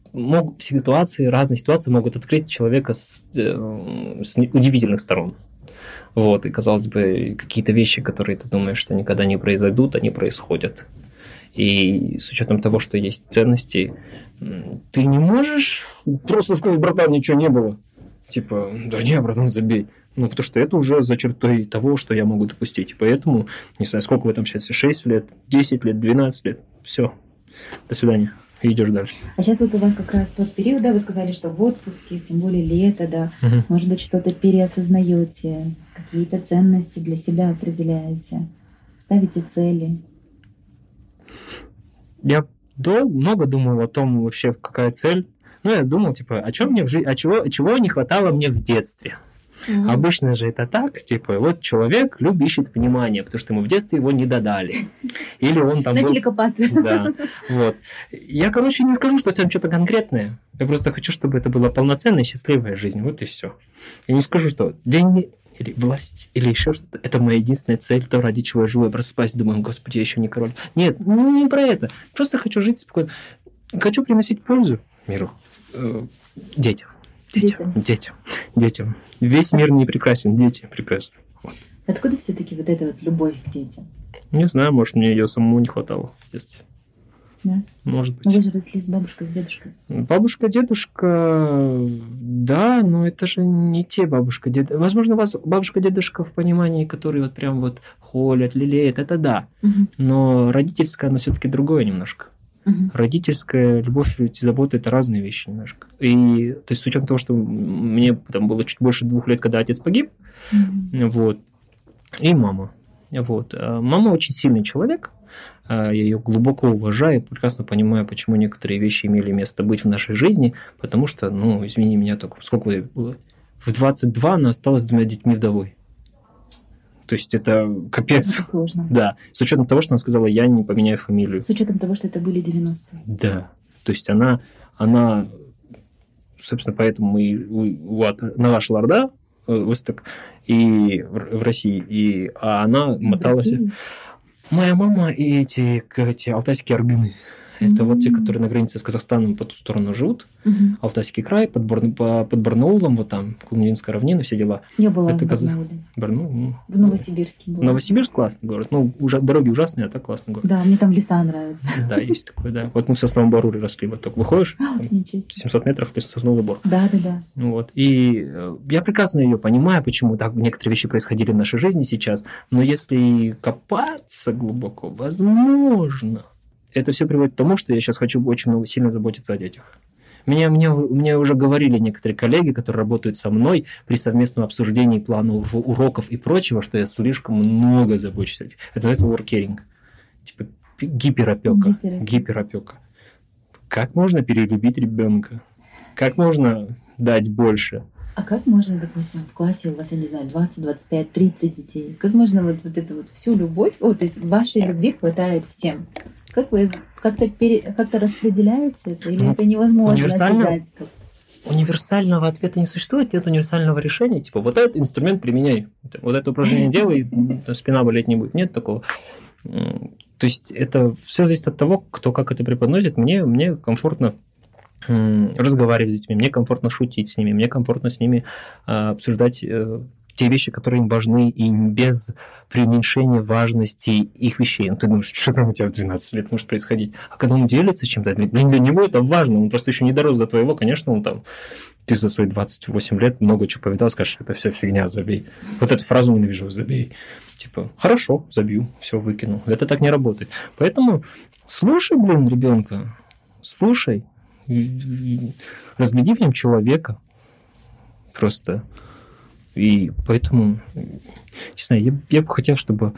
Разные ситуации могут открыть человека с удивительных сторон. Вот, и, казалось бы, какие-то вещи, которые ты думаешь, что никогда не произойдут, они происходят. И с учетом того, что есть ценности, ты не можешь просто сказать, братан, ничего не было. Типа, да не, братан, забей. Потому что это уже за чертой того, что я могу допустить. Поэтому, не знаю, сколько вы там сейчас, 6 лет, 10 лет, 12 лет, все, до свидания, и идешь дальше. А сейчас вот у вас как раз тот период, да, вы сказали, что в отпуске, тем более лето, да, может быть, что-то переосознаете, какие-то ценности для себя определяете, ставите цели. Я много думал о том вообще, какая цель. Я думал, о чем мне в жизни, чего не хватало мне в детстве. Обычно же это так, вот человек ищет внимание, потому что ему в детстве его не додали. Или он там начали копаться. Да, вот. Я, не скажу, что там что-то конкретное. Я просто хочу, чтобы это была полноценная, счастливая жизнь. Вот и все. Я не скажу, что деньги или власть, или еще что-то. Это моя единственная цель, то, ради чего я живу. Я просыпаюсь, думаю, господи, я еще не король. Нет, не про это. Просто хочу жить спокойно. Хочу приносить пользу миру. Детям. Весь мир не прекрасен, дети прекрасны. Вот. Откуда все-таки вот эта вот любовь к детям? Не знаю, может, мне ее самому не хватало в детстве. Да? Может быть. Но вы же росли с бабушкой, с дедушкой. Бабушка, дедушка, да, но это же не те бабушка, дедушка. Возможно, у вас бабушка, дедушка в понимании, которые вот прям вот холят, лелеют, это да. Но родительская, она все-таки другое немножко. Родительская любовь и забота – это разные вещи немножко. И то есть с учетом того, что мне там было чуть больше 2 лет, когда отец погиб, вот, и мама. Вот. Мама очень сильный человек, я ее глубоко уважаю, прекрасно понимаю, почему некоторые вещи имели место быть в нашей жизни, потому что, ну, извини меня, только сколько ей было? В 22 она осталась с 2 детьми вдовой. То есть это капец. Это сложно. Да, с учетом того, что она сказала, я не поменяю фамилию. С учетом того, что это были 90-е. Да, то есть она собственно, поэтому мы на ваш Лорда, Восток, и в России, а она моталась. Моя мама и эти алтайские аргыны. Это вот те, которые на границе с Казахстаном по ту сторону живут. Алтайский край, под Барнаулом, вот там, Кулмудинская равнина, все дела. Я была это в Барнауле. Барнаул. В Новосибирске была. Новосибирск классный город. Ну, уже дороги ужасные, а так классный город. Да, мне там леса нравятся. Да, есть такое, да. Вот мы в Сосновом Бору росли. Вот так выходишь, 700 метров, ты Сосновый Бор. Да. Вот. И я прекрасно ее понимаю, почему так некоторые вещи происходили в нашей жизни сейчас. Но если копаться глубоко, возможно, это все приводит к тому, что я сейчас хочу очень сильно заботиться о детях. Мне уже говорили некоторые коллеги, которые работают со мной при совместном обсуждении плана уроков и прочего, что я слишком много забочусь о детях. Это называется work-caring. Типа гиперопека. Как можно перелюбить ребенка? Как можно дать больше? А как можно, допустим, в классе у вас, я не знаю, 20, 25, 30 детей? Как можно вот эту вот всю любовь, то есть вашей любви хватает всем? Как вы как-то распределяете это? Или это невозможно описать? Универсального ответа не существует, нет универсального решения. Типа, вот этот инструмент применяй, вот это упражнение делай, спина болеть не будет. Нет такого. То есть это все зависит от того, кто как это преподносит. Мне комфортно разговаривать с детьми, мне комфортно шутить с ними, мне комфортно с ними обсуждать те вещи, которые им важны, и без преуменьшения важности их вещей. Ну, ты думаешь, что там у тебя в 12 лет может происходить? А когда он делится чем-то, для него это важно, он просто еще не дорос до твоего, конечно, он там, ты за свои 28 лет много чего повидал, скажешь, это все фигня, забей. Вот эту фразу ненавижу, забей. Типа, хорошо, забью, все выкину. Это так не работает. Поэтому слушай, ребенка, слушай, разгляди в нем человека. Просто... И поэтому, не знаю, я бы хотел, чтобы...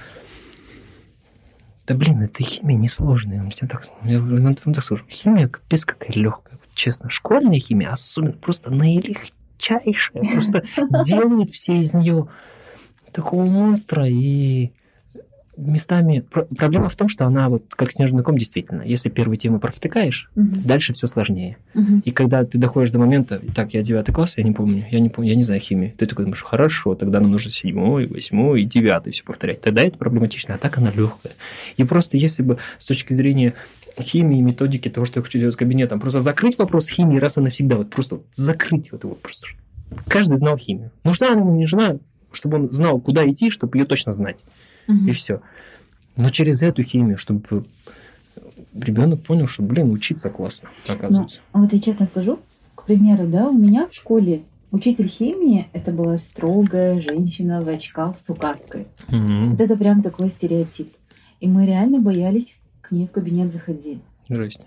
Да эта химия несложная. Я так скажу. Химия капец какая легкая. Честно, школьная химия особенно просто наилегчайшая. Просто делают все из нее такого монстра. И местами... Проблема в том, что она вот как снежный ком действительно. Если первую тему провтыкаешь, дальше все сложнее. И когда ты доходишь до момента, так, я 9 класс, я не знаю химию. Ты такой думаешь, хорошо, тогда нам нужно 7, 8 и 9 все повторять. Тогда это проблематично, а так она легкая. И просто если бы с точки зрения химии, методики, того, что я хочу делать с кабинетом, просто закрыть вопрос химии раз и навсегда, вот просто закрыть вот его просто. Каждый знал химию. Нужна она ему, не нужна, чтобы он знал, куда идти, чтобы ее точно знать. И все. Но через эту химию, чтобы ребенок понял, что, учиться классно, оказывается. Вот я честно скажу, к примеру, у меня в школе учитель химии это была строгая женщина в очках с указкой. Вот это прям такой стереотип. И мы реально боялись к ней в кабинет заходить. Жесть.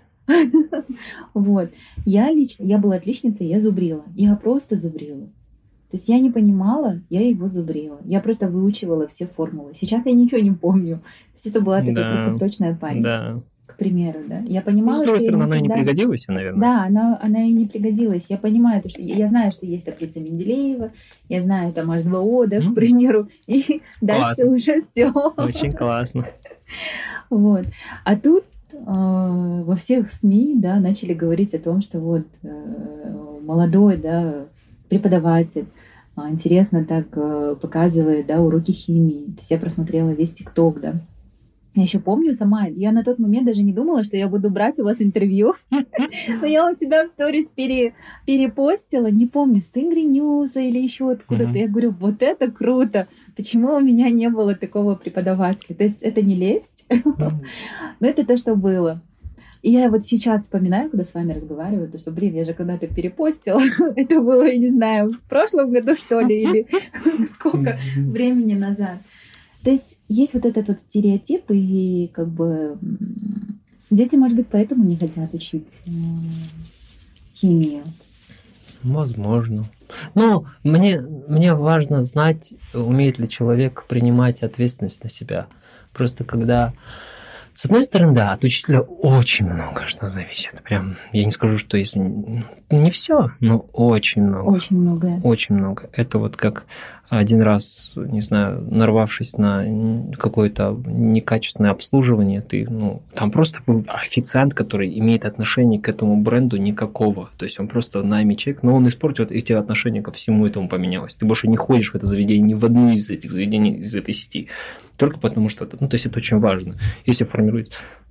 Вот. Я была отличницей, я зубрила. Я просто зубрила. То есть я не понимала, я его зубрила. Я просто выучивала все формулы. Сейчас я ничего не помню. То есть это была такая краткосрочная память. Да. К примеру, Я понимала, с другой стороны, она и не пригодилась, наверное. Да, она и не пригодилась. Я понимаю, что я знаю, что есть таблица Менделеева, я знаю там H2O, к примеру, и дальше уже все. Очень классно. Вот. А тут во всех СМИ, начали говорить о том, что вот молодой, преподаватель интересно так показывает, уроки химии. То есть я просмотрела весь ТикТок, Я еще помню сама, я на тот момент даже не думала, что я буду брать у вас интервью. Но я у себя в сторис перепостила, не помню, с Тенгри Ньюса или еще откуда-то. Я говорю, вот это круто. Почему у меня не было такого преподавателя? То есть это не лесть, но это то, что было. И я вот сейчас вспоминаю, когда с вами разговариваю, то что, блин, я же когда-то перепостила. Это было, я не знаю, в прошлом году, что ли, или сколько времени назад. То есть вот этот вот стереотип, и как бы дети, может быть, поэтому не хотят учить химию. Возможно. Но мне важно знать, умеет ли человек принимать ответственность на себя. Просто когда... С одной стороны, да, от учителя очень много что зависит. Прям, я не скажу, что если... Не все, но очень много. Очень многое. Очень много. Это вот как один раз, не знаю, нарвавшись на какое-то некачественное обслуживание, ты, там просто был официант, который имеет отношение к этому бренду никакого. То есть он просто найми человек, но он испортил эти отношения ко всему этому поменялось. Ты больше не ходишь в это заведение ни в одну из этих заведений из этой сети. Только потому что это, то есть это очень важно. Если формирует,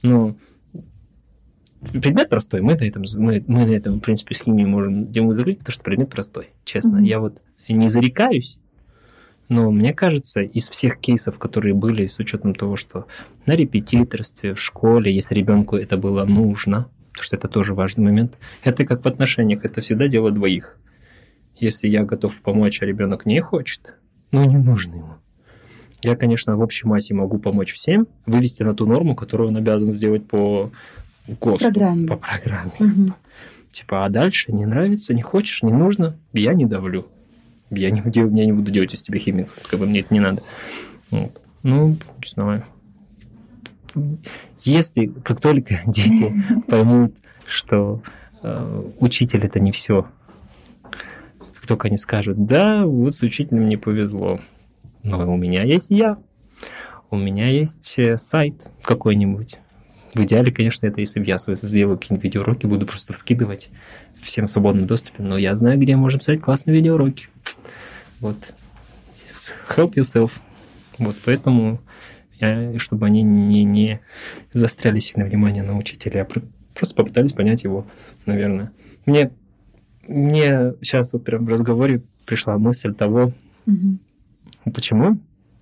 предмет простой, мы на этом, в принципе, с химией можем тему закрыть, потому что предмет простой, честно. Я вот не зарекаюсь, но мне кажется, из всех кейсов, которые были, с учетом того, что на репетиторстве, в школе, если ребенку это было нужно, потому что это тоже важный момент, это как в отношениях, это всегда дело двоих. Если я готов помочь, а ребенок не хочет, не нужно ему. Я, конечно, в общей массе могу помочь всем вывести на ту норму, которую он обязан сделать по ГОСТу, по программе. А дальше не нравится, не хочешь, не нужно, я не давлю. Я не буду делать из тебя химию, мне это не надо. Вот. Не знаю. Если, как только дети поймут, что учитель это не все, как только они скажут, да, вот с учителем не повезло, но у меня есть у меня есть сайт какой-нибудь. В идеале, конечно, это если бы я сделаю какие-нибудь видеоуроки, буду просто скидывать всем в свободном доступе, но я знаю, где можем писать классные видеоуроки. Вот. Help yourself. Вот, поэтому, чтобы они не застряли сильно внимание на учителя, а просто попытались понять его, наверное. Мне сейчас вот прям в разговоре пришла мысль того, почему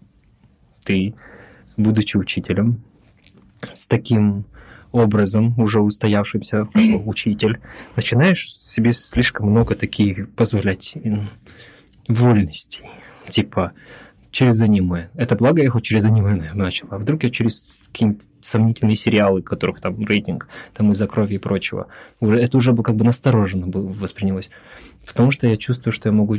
ты, будучи учителем, с таким образом, уже устоявшимся учитель, начинаешь себе слишком много таких позволять вольностей, через аниме. Это благо я его через аниме начал, а вдруг я через какие-нибудь сомнительные сериалы, которых там рейтинг, там из-за крови и прочего. Это уже бы как бы настороженно воспринялось. Потому что я чувствую, что я могу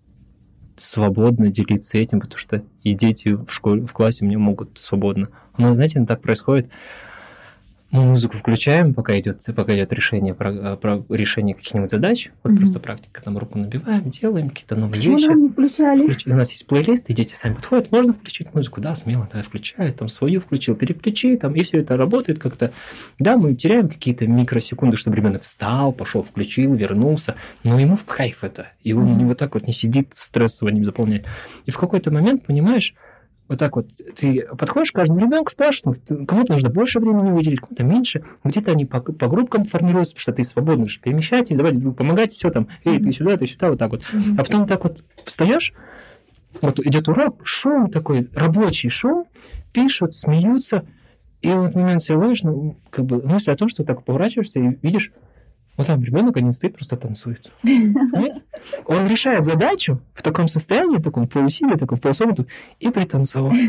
свободно делиться этим, потому что и дети в школе, в классе у меня могут свободно. У нас, знаете, так происходит. Мы музыку включаем, пока идет решение решение каких-нибудь задач. Вот просто практика, там руку набиваем, делаем какие-то новые вещи. Почему нам не включали? У нас есть плейлист, и дети сами подходят, можно включить музыку? Да, смело, тогда включают, там свою включил, переключи, там, и все это работает как-то. Да, мы теряем какие-то микросекунды, чтобы ребенок встал, пошел, включил, вернулся, но ему в кайф это. И он не вот так вот не сидит, стрессово не заполняет. И в какой-то момент, понимаешь, вот так вот ты подходишь к каждому ребенку, спрашиваешь, кому-то нужно больше времени выделить, кому-то меньше. Где-то они по группкам формируются, потому что ты свободно же перемещаетесь, давайте друг помогать, все там, ты сюда, вот так вот. А потом так вот встаешь, вот идет урок, шум такой, рабочий шум, пишут, смеются, и в этот момент себя ловишь, мысль о том, что так поворачиваешься и видишь, вот там ребенок один стоит, просто танцует. Понимаете? Он решает задачу в таком состоянии, в таком полусилии, таком полусомнутом, и пританцовывает.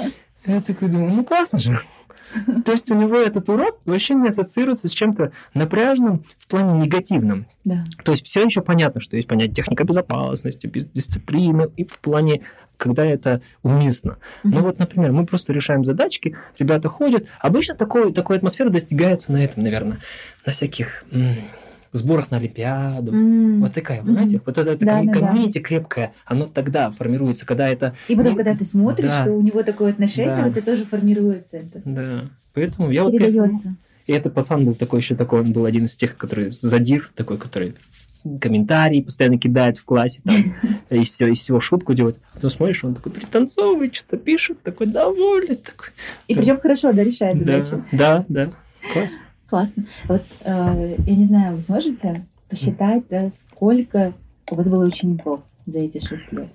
Я такой думаю, классно же. То есть у него этот урок вообще не ассоциируется с чем-то напряженным в плане негативном. Да. То есть все еще понятно, что есть понятие техника безопасности, дисциплина, и в плане, когда это уместно. Но вот, например, мы просто решаем задачки, ребята ходят. Обычно такой атмосфера достигается на этом, наверное, на всяких сборах на Олимпиаду. Вот такая, знаете, вот это комьюнити крепкое, оно тогда формируется, когда это... И потом, когда ты смотришь, что у него такое отношение, у тебя тоже формируется это. Да, поэтому я вот... Передается. И этот пацан был такой, он был один из тех, который задир, такой, который комментарии постоянно кидает в классе, там, из всего шутку делает. А потом смотришь, он такой пританцовывает, что-то пишет, такой довольный. Такой. И причем хорошо, решает задачу. Да, классно. Классно. Вот, я не знаю, вы сможете посчитать, сколько у вас было учеников за эти 6 лет?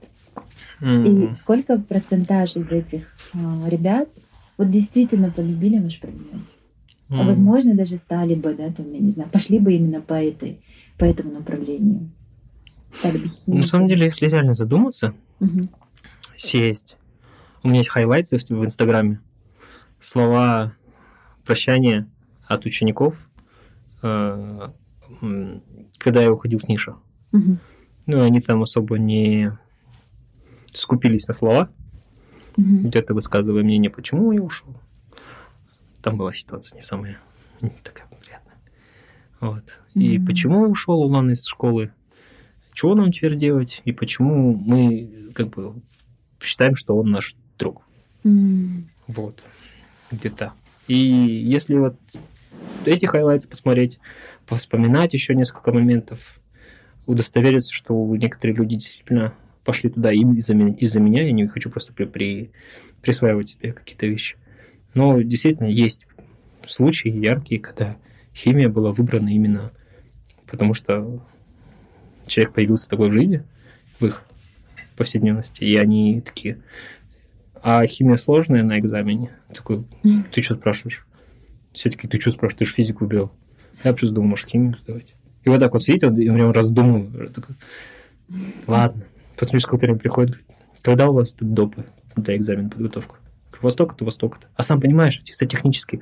И сколько процентаж из этих ребят вот действительно полюбили ваш предмет? возможно, даже стали бы, да, там, я не знаю, пошли бы именно по этому направлению. Стали бы На самом деле, если реально задуматься, сесть. У меня есть хайлайтсы в Инстаграме. Слова прощания от учеников, когда я уходил с Ниша. Ну, они там особо не скупились на слова, где-то высказывая мнение, почему я ушел. Там была ситуация не самая не такая приятная. Вот. И почему ушел Улан из школы, чего нам теперь делать, и почему мы как бы считаем, что он наш друг. Вот. Где-то. И если вот эти хайлайтсы посмотреть, повспоминать еще несколько моментов, удостовериться, что некоторые люди действительно пошли туда из-за меня, я не хочу просто присваивать себе какие-то вещи. Но действительно есть случаи яркие, когда химия была выбрана именно потому, что человек появился такой в жизни, в их повседневности, и они такие... А химия сложная на экзамене. Такой, ты что спрашиваешь? Все-таки ты что спрашиваешь? Ты же физику вел. Я просто думал, может, химию сдавать. И вот так вот сидит, и прям раздумываю. Такой, ладно. Потом через какое-то время приходит, говорит, когда у вас тут допы для экзамена подготовка? Во столько-то, во столько-то. А сам понимаешь, чисто технически,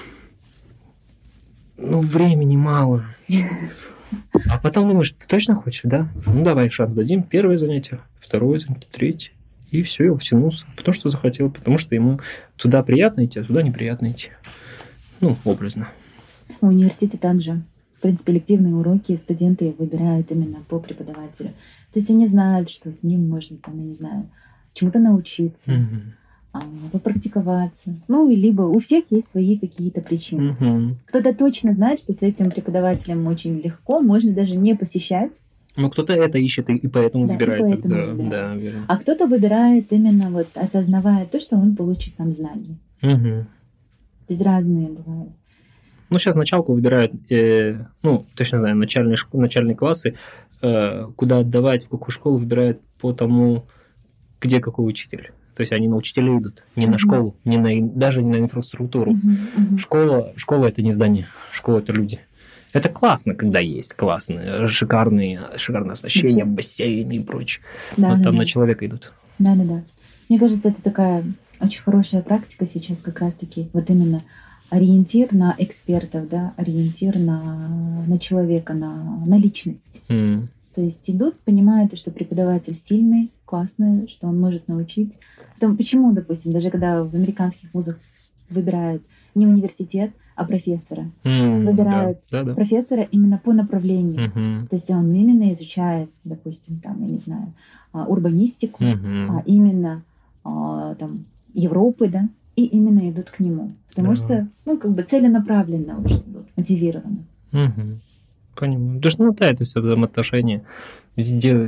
ну, времени мало. А потом думаешь, ты точно хочешь, да? Ну, давай шанс дадим. Первое занятие, второе занятие, третье. И все, он втянулся. Потому что захотел, потому что ему туда приятно идти, а туда неприятно идти. Ну, образно. В университете также, в принципе, элективные уроки студенты выбирают именно по преподавателю. То есть они знают, что с ним можно, там, я не знаю, чему-то научиться, попрактиковаться. Ну, либо у всех есть свои какие-то причины. Кто-то точно знает, что с этим преподавателем очень легко, можно даже не посещать. Ну, кто-то это ищет и поэтому выбирает. И поэтому тогда. выбирает. Да, верно. А кто-то выбирает именно вот осознавая то, что он получит там знания. То есть разные бывают. Ну, сейчас началку выбирают, ну, точно знаю, начальные классы, куда отдавать, в какую школу выбирают по тому, где какой учитель. То есть они на учителей идут, не на школу, даже не на инфраструктуру. Школа – это не здание, школа – это люди. Это классно, когда есть классные, шикарное оснащение, бассейны и прочее. Да, но там на человека идут. Да. Мне кажется, это такая очень хорошая практика сейчас как раз-таки. Вот именно ориентир на экспертов, да, ориентир на человека, на личность. То есть идут, понимают, что преподаватель сильный, классный, что он может научить. Потом, почему, допустим, даже когда в американских вузах выбирают не университет, а профессора. Выбирают профессора именно по направлению. То есть он именно изучает, допустим, там, я не знаю, урбанистику, а именно там, Европы, да, и именно идут к нему. Потому что, ну, как бы целенаправленно уже идут, мотивированно. Понимаю. Потому что, ну, да, это все взаимоотношения. Везде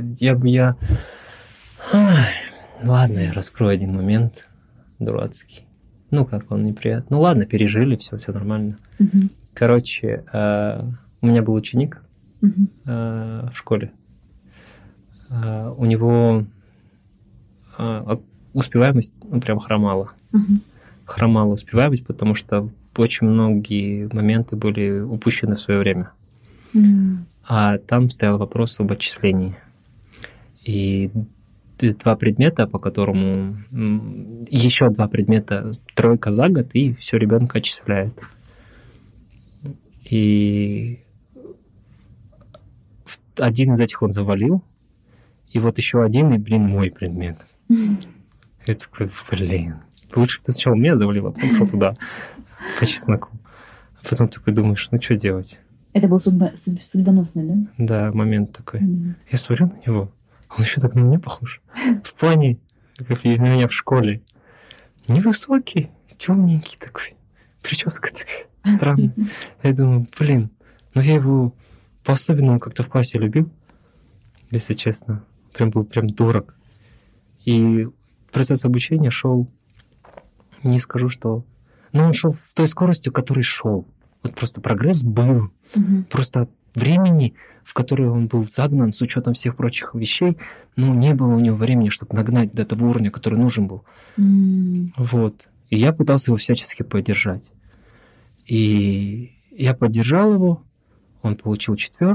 Ладно, я раскрою один момент дурацкий. Ну, как он неприятный. Ну, ладно, пережили, все нормально. Короче, у меня был ученик в школе. У него успеваемость, ну, прям хромала. Хромала успеваемость, потому что очень многие моменты были упущены в свое время. А там стоял вопрос об отчислении. И 2 предмета, по которому еще 2 предмета, 3 за год, и все ребенка отчисляет. И один из этих он завалил, и вот еще один, и, мой предмет. Я такой, лучше бы ты сначала меня завалил, а потом пошел туда, по чесноку. А потом такой думаешь, ну что делать? Это был судьбоносный, да? Да, момент такой. Я смотрю на него, он еще так на меня похож. В плане, как на меня в школе. Невысокий, темненький такой. Прическа такая странная. Я думаю, но я его по-особенному как-то в классе любил, если честно. Был дурак. И процесс обучения шел, не скажу, что... Но он шел с той скоростью, которой шел. Вот просто прогресс был. Просто времени, в которое он был загнан, с учетом всех прочих вещей, не было у него времени, чтобы нагнать до того уровня, который нужен был. Вот. И я пытался его всячески поддержать. И я поддержал его, он получил 4.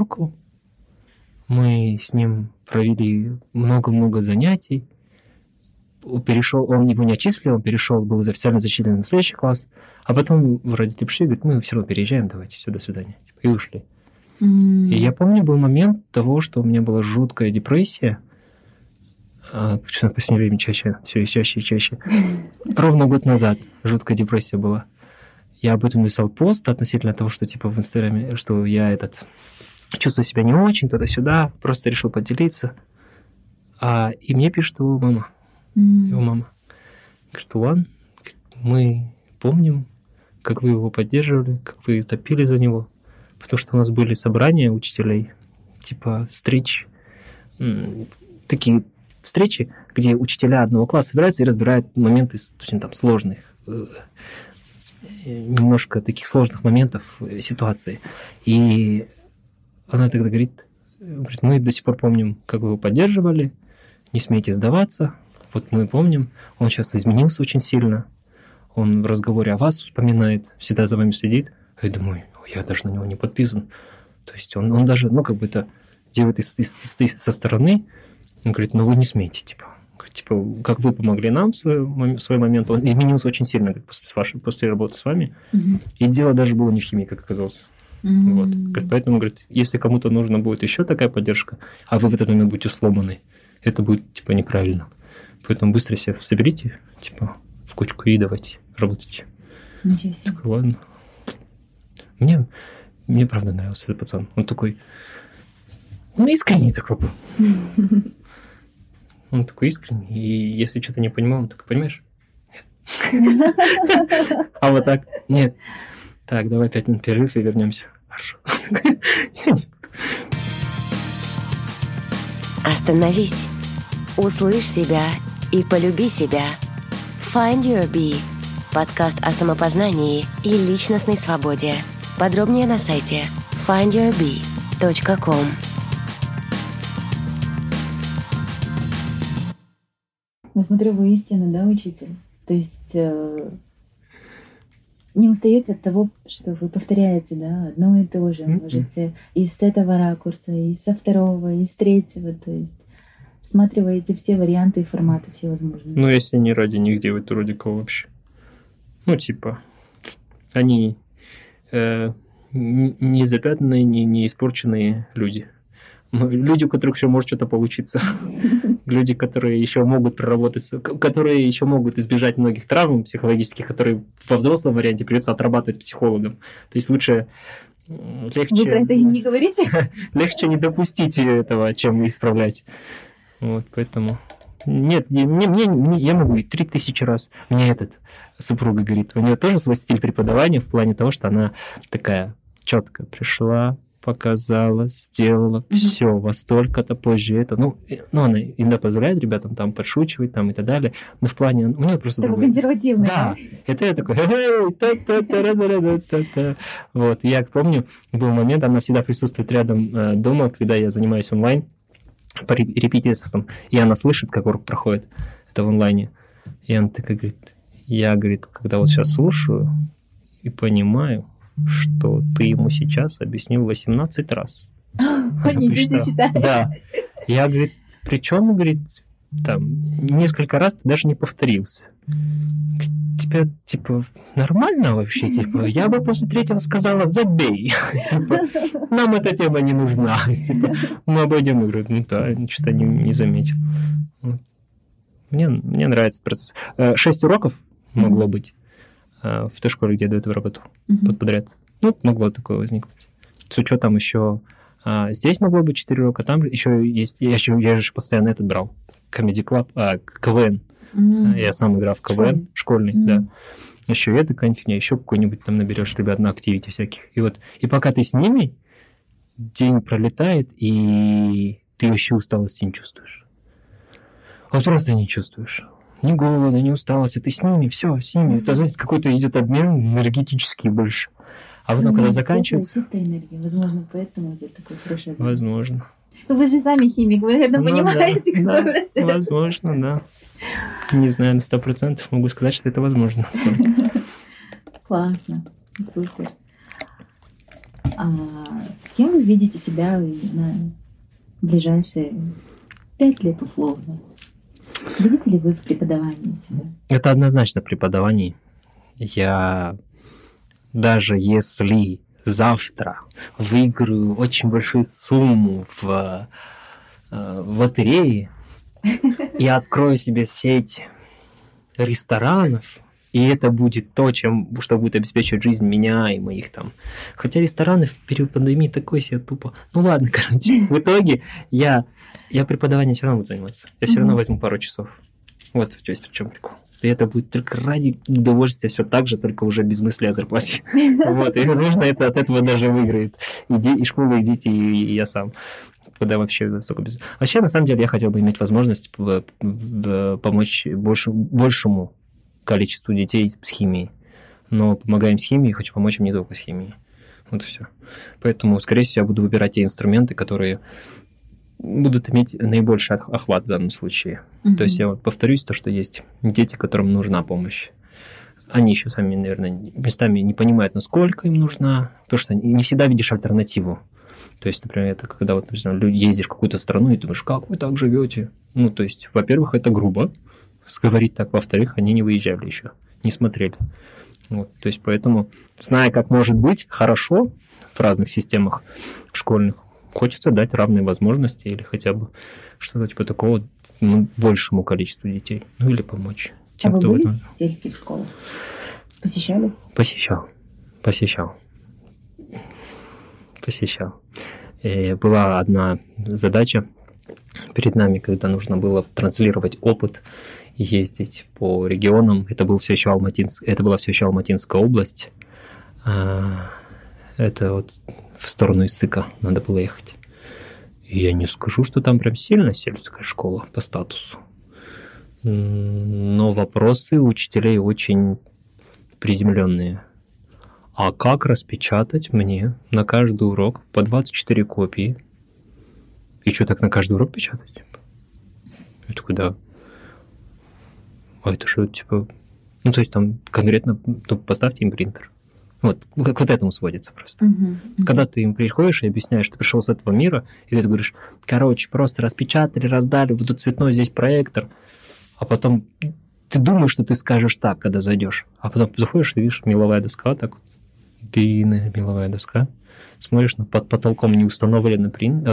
Мы с ним провели много-много занятий. Перешел, он его не отчислил, он перешел, был официально зачислен на следующий класс. А потом родители пришли и говорят, мы все равно переезжаем, давайте, все, до свидания. И ушли. И я помню, был момент того, что у меня была жуткая депрессия. Причем в последнее время все чаще и чаще. Ровно год назад жуткая депрессия была. Я об этом написал пост относительно того, что типа в Инстаграме, что я чувствую себя не очень, туда-сюда, просто решил поделиться. И мне пишет его мама. Его мама. Говорит, Улан, мы помним, как вы его поддерживали, как вы топили за него. Потому что у нас были собрания учителей, типа встреч, такие встречи, где учителя одного класса собираются и разбирают моменты, там, сложных, немножко таких сложных моментов ситуации. И она тогда говорит, мы до сих пор помним, как вы его поддерживали, не смейте сдаваться. Вот мы помним, он сейчас изменился очень сильно, он в разговоре о вас вспоминает, всегда за вами следит. Я думаю, я даже на него не подписан. То есть он даже, это делает со стороны. Он говорит, вы не смейте, как вы помогли нам в свой момент. Он изменился очень сильно после работы с вами. И дело даже было не в химии, как оказалось. Вот. Поэтому, говорит, если кому-то нужна будет еще такая поддержка, а вы в этот момент будете сломаны, это будет, неправильно. Поэтому быстро себя соберите, в кучку и давайте работать. Ничего себе. Так, ладно. Мне правда нравился этот пацан. Он такой... Он искренний такой был. Он такой искренний. И если что-то не понимал, он такой, понимаешь? Нет. А вот так? Нет. Так, давай 5 минут перерыв и вернемся. Хорошо. Остановись. Услышь себя и полюби себя. Find Your Bee. Подкаст о самопознании и личностной свободе. Подробнее на сайте findyourbee.com. Смотрю, вы истинно, учитель? То есть не устаете от того, что вы повторяете, одно и то же. Можете и с этого ракурса, и со второго, и с третьего. То есть всматриваете все варианты и форматы всевозможные. Если не ради них делать, то ради кого вообще? Они не запятнанные, не испорченные люди. Люди, у которых еще может что-то получиться. Люди, которые еще могут проработать, которые еще могут избежать многих травм психологических, которые во взрослом варианте придется отрабатывать психологом. То есть легче... Вы про это им не говорите? Легче не допустить этого, чем исправлять. Вот, поэтому... Нет, я могу и 3000 раз. Мне супруга говорит, у нее тоже свой стиль преподавания в плане того, что она такая четко пришла, показала, сделала, все, во столько-то, позже это. Она иногда позволяет ребятам там подшучивать там и так далее, но в плане... У нее просто... Такой консервативный, да? Это я такой... Вот, я помню, был момент, она всегда присутствует рядом дома, когда я занимаюсь онлайн, по репетиторствам, и она слышит, как урок проходит, это в онлайне. И она такая говорит, когда вот сейчас слушаю и понимаю, что ты ему сейчас объяснил 18 раз. Да. Я, причем, там, несколько раз ты даже не повторился. Тебя, нормально вообще? Я бы после 3-го сказала, забей. Нам эта тема не нужна. Мы обойдем игру. Что-то не заметил. Мне нравится этот процесс. 6 уроков могло быть в той школе, где я до этого работал. Подряд. Могло такое возникнуть. С учетом еще... Здесь могло быть 4 урока, там еще есть... Я же постоянно этот брал. Comedy Club, КВН. Я сам играл в КВН школьный, да. Еще это какая-нибудь фигня, еще какой-нибудь там наберешь ребят на активити всяких. И пока ты с ними, день пролетает, и ты вообще усталости не чувствуешь. Вот просто не чувствуешь. Ни голода, ни усталости. Ты с ними, все, с ними. Это, знаете, какой-то идет обмен энергетический больше. А потом, когда заканчивается... Чистая энергия. Возможно, поэтому идет такой хороший обмен. Возможно. Вы же сами химик, вы, наверное, понимаете, какой процесс. Возможно, да. Не знаю, на 100% могу сказать, что это возможно. Классно. Супер. Кем вы видите себя, не знаю, в ближайшие 5 лет условно? Видите ли вы в преподавании себя? Это однозначно преподавание. Я даже если завтра выиграю очень большую сумму в лотерее и открою себе сеть ресторанов, и это будет то, что будет обеспечивать жизнь меня и моих там. Хотя рестораны в период пандемии такой себе тупо. Ну ладно, короче, в итоге я преподаванием все равно буду заниматься. Я все равно возьму пару часов. Вот в чем прикол. И это будет только ради удовольствия, все так же, только уже без мысли о зарплате. Вот, и, возможно, это от этого даже выиграет и школа, и дети, и я сам. Когда вообще Вообще, на самом деле, я хотел бы иметь возможность помочь большему количеству детей с химией. Но помогаем с химией, хочу помочь им не только с химией. Вот и все. Поэтому, скорее всего, я буду выбирать те инструменты, которые будут иметь наибольший охват в данном случае. То есть я вот повторюсь, то, что есть дети, которым нужна помощь. Они еще сами, наверное, местами не понимают, насколько им нужна, потому что не всегда видишь альтернативу. То есть, например, это когда вот, например, ездишь в какую-то страну и думаешь, как вы так живете? Ну, то есть, во-первых, это грубо говорить так, во-вторых, они не выезжали еще, не смотрели. Вот, то есть, поэтому, зная, как может быть хорошо в разных системах школьных, хочется дать равные возможности или хотя бы что-то типа такого большему количеству детей. Ну, или помочь тем, вы кто были в этом... в сельских школах? Посещали? Посещал. И была одна задача перед нами, когда нужно было транслировать опыт, ездить по регионам. Это была все еще Алматинская область. Это вот в сторону Иссыка надо было ехать. И я не скажу, что там прям сильно сельская школа по статусу. Но вопросы у учителей очень приземленные. А как распечатать мне на каждый урок по 24 копии? И что, так на каждый урок печатать? Я такой, да. А это что, типа... Ну, то есть там конкретно поставьте им принтер. Вот, как вот этому сводится просто. Когда ты им приходишь и объясняешь, ты пришел с этого мира, и ты говоришь, короче, просто распечатали, раздали, вот тут цветной, здесь проектор, а потом ты думаешь, что ты скажешь так, когда зайдешь, а потом заходишь и видишь меловая доска, так вот, длинная меловая доска, смотришь, под потолком не установлен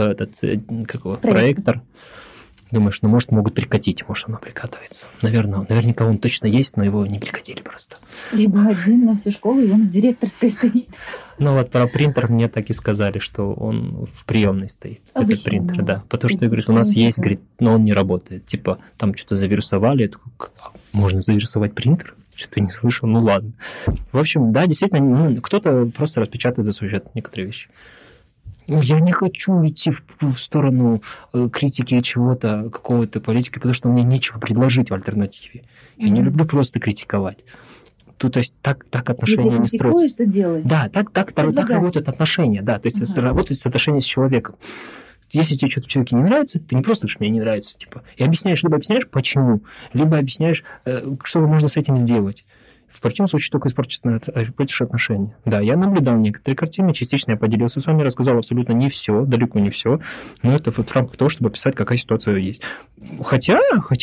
проектор, думаешь, ну, может, могут прикатить, может, оно прикатывается. Наверняка он точно есть, но его не прикатили просто. Либо один на всю школу, и он в директорской стоит. Ну, вот про принтер мне так и сказали, что он в приемной стоит, Обычно, этот принтер, да. Потому что, говорит, у нас есть, говорит, но он не работает. Типа, там что-то завирусовали, я такой, можно завирусовать принтер? Что-то не слышал, ну ладно. В общем, да, действительно, кто-то просто распечатает за свой счет некоторые вещи. Я не хочу идти в сторону критики чего-то, какого-то политики, потому что мне нечего предложить в альтернативе. Я не люблю просто критиковать. То есть так отношения не строятся. Что делать? Да, так работают отношения, да. То есть работают отношения с человеком. Если тебе что-то в человеке не нравится, ты не просто говоришь, мне не нравится, типа, и либо объясняешь, почему, либо объясняешь, что можно с этим сделать. В противном случае только испортишь отношения. Да, я наблюдал некоторые картины, частично я поделился с вами, рассказал абсолютно не все, далеко не все, но это вот в рамках того, чтобы описать, какая ситуация есть. Хотя,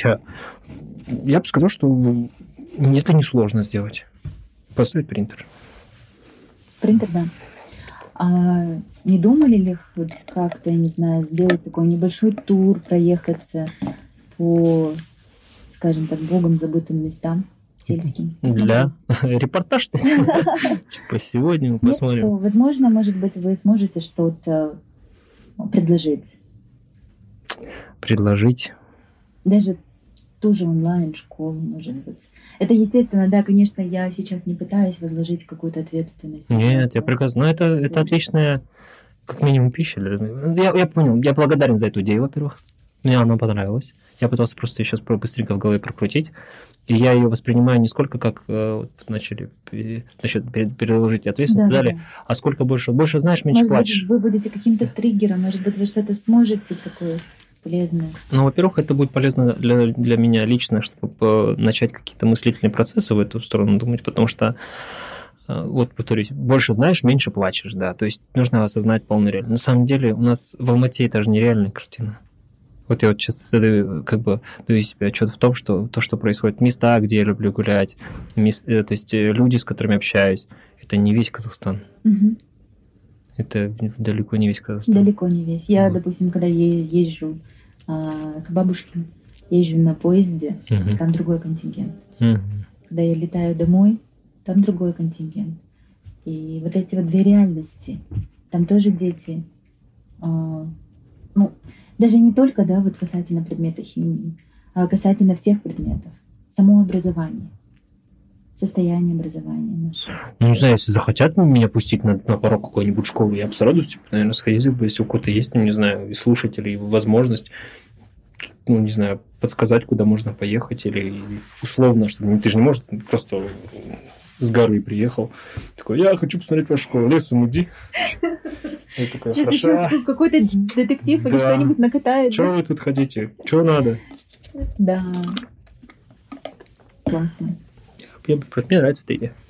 я бы сказал, что это несложно сделать. Поставить принтер. Принтер, да. А не думали ли хоть как-то, не знаю, сделать такой небольшой тур, проехаться по, скажем так, богом забытым местам? Сельским. Для репортаж, типа сегодня мы посмотрим. Возможно, может быть, вы сможете что-то предложить. Предложить? Даже ту же онлайн-школу, может быть. Это, естественно, да, конечно, я сейчас не пытаюсь возложить какую-то ответственность. Нет, я прекрасно. Но это отличная, как минимум, пища. Я понял. Я благодарен за эту идею, во-первых. Мне она понравилась. Я пытался просто сейчас быстренько в голове прокрутить. И я ее воспринимаю не сколько как начали насчет переложить ответственность, да. А сколько больше знаешь, меньше плачешь. Может быть, вы будете каким-то триггером, может быть, вы что-то сможете такое полезное. Ну, во-первых, это будет полезно для меня лично, чтобы начать какие-то мыслительные процессы в эту сторону думать, потому что вот, повторюсь, больше знаешь, меньше плачешь, да, то есть нужно осознать полную реальность. На самом деле у нас в Алмате это же нереальная картина. Вот я вот сейчас как бы даю себе отчет в том, что то, что происходит, места, где я люблю гулять, то есть люди, с которыми общаюсь, это не весь Казахстан. Угу. Это далеко не весь Казахстан. Далеко не весь. Я, допустим, когда езжу к бабушке, езжу на поезде, там другой контингент. Когда я летаю домой, там другой контингент. И вот эти вот две реальности. Там тоже дети. Ну, даже не только, да, вот касательно предмета химии, а касательно всех предметов. Само образование. Состояние образования наше. Ну, не знаю, если захотят меня пустить на порог какой-нибудь школы, я бы с радостью, наверное, сходил бы, если у кого-то есть, не знаю, и слушателей, возможность, ну, не знаю, подсказать, куда можно поехать, или условно, что ты же не можешь просто с горы приехал, такой, я хочу посмотреть вашу школу, лесом иди. Сейчас еще какой-то детектив или что-нибудь накатает. Чего вы тут хотите? Чего надо? Да. Классно. Мне нравится эта идея.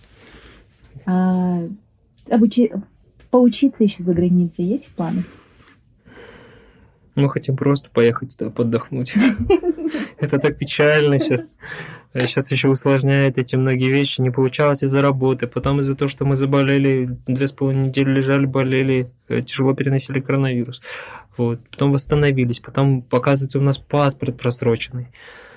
Поучиться еще за границей есть в планах? Мы хотим просто поехать туда, подохнуть. Это так печально сейчас. Сейчас еще усложняет эти многие вещи. Не получалось из-за работы. Потом из-за того, что мы заболели, 2,5 недели лежали, болели, тяжело переносили коронавирус. Вот. Потом восстановились. Потом, показывается, у нас паспорт просроченный.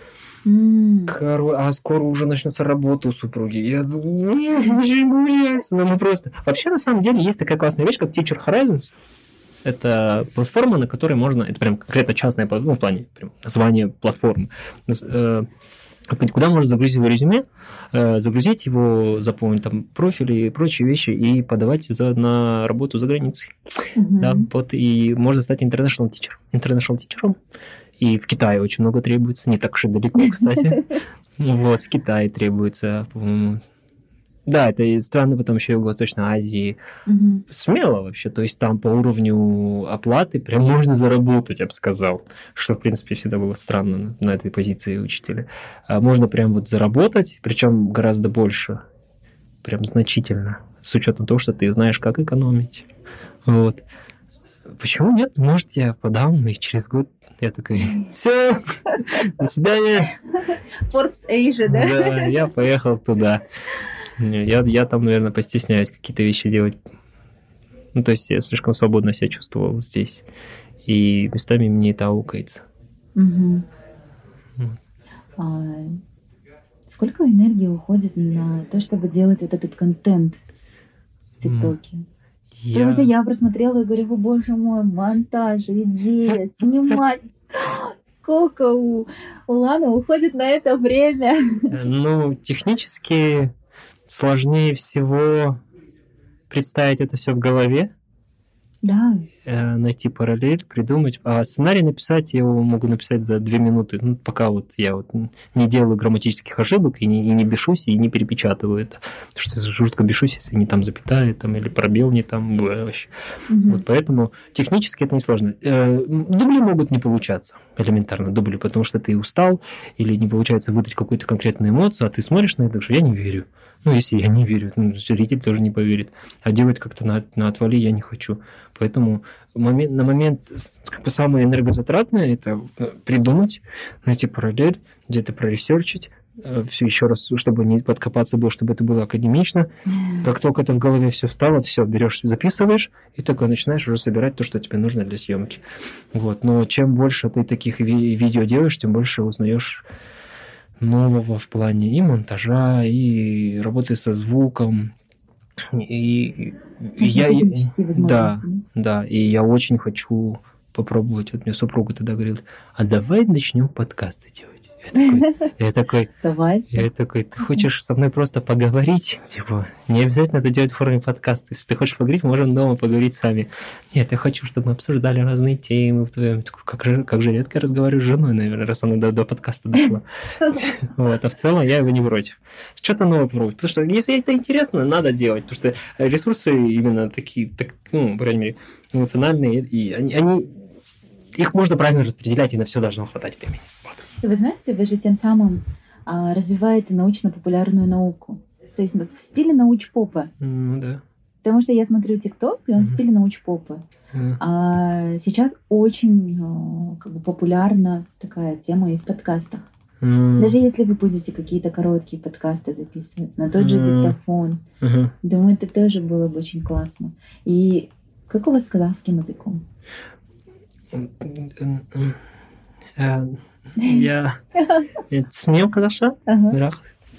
А скоро уже начнется работа у супруги. Я думаю, очень бояться. Но мы просто... Вообще, на самом деле, есть такая классная вещь, как Teacher Horizons. Это платформа, на которой можно... Это прям конкретно частная, ну, в плане прям, название платформы. Куда можно загрузить его резюме, загрузить его, заполнить там профили и прочие вещи и подавать на работу за границей. Да, вот, и можно стать international teacher. И в Китае очень много требуется, не так уж и далеко, кстати. Вот, в Китае требуется, по-моему... Да, это страны потом еще Юго-Восточной Азии. Смело вообще, то есть там по уровню оплаты прям можно заработать, я бы сказал, что, в принципе, всегда было странно на этой позиции учителя. Можно прям вот заработать, причем гораздо больше, прям значительно, с учетом того, что ты знаешь, как экономить. Вот. Почему нет? Может, я подам, и через год я такой, все, до свидания. Forbes Asia, да? Да, я поехал туда. Я там, наверное, постесняюсь какие-то вещи делать. Ну, то есть я слишком свободно себя чувствовал здесь. И местами мне это аукается. Сколько энергии уходит на то, чтобы делать вот этот контент в ТикТоке? Потому что я просмотрела и говорю, боже мой, монтаж, идея, снимать. Сколько у Улана уходит на это время? Ну, технически сложнее всего представить это все в голове. Да. Найти параллель, придумать. А сценарий написать, я его могу написать за 2 минуты. Ну, пока вот я вот не делаю грамматических ошибок и не бешусь, и не перепечатываю это. Потому что я жутко бешусь, если не там запятая, там, или пробел не там. Вообще. Вот поэтому технически это несложно. Дубли могут не получаться, элементарно дубли, потому что ты устал, или не получается выдать какую-то конкретную эмоцию, а ты смотришь на это, что я не верю. Ну, если я не верю, зритель тоже не поверит. А делать как-то на отвали я не хочу. Поэтому на момент как бы самое энергозатратное – это придумать, найти параллель, где-то проресерчить, все еще раз, чтобы не подкопаться было, чтобы это было академично. Как только это в голове все встало, все берешь, записываешь, и только начинаешь уже собирать то, что тебе нужно для съемки. Вот. Но чем больше ты таких видео делаешь, тем больше узнаешь нового в плане и монтажа, и работы со звуком. И я очень хочу попробовать. Вот мне супруга тогда говорит, а давай начнем подкасты делать. Я такой, ты хочешь со мной просто поговорить? Типа, не обязательно это делать в форме подкаста. Если ты хочешь поговорить, можем дома поговорить сами. Нет, я хочу, чтобы мы обсуждали разные темы. Как же редко я разговариваю с женой, наверное, раз она до подкаста дошла. Вот, а в целом я его не против. Что-то новое пробовать. Потому что если это интересно, надо делать. Потому что ресурсы именно такие, ну, по крайней мере, эмоциональные, и они их можно правильно распределять, и на все должно хватать времени. Вот. Вы знаете, вы же тем самым развиваете научно-популярную науку. То то есть в стиле научпопа. Да. Потому что я смотрю ТикТок, и он в стиле научпопа. А сейчас очень как бы популярна такая тема и в подкастах. Даже если вы будете какие-то короткие подкасты записывать на тот же диктофон, думаю, это тоже было бы очень классно. И как у вас с казахским языком? Я смею қазақша, бірақ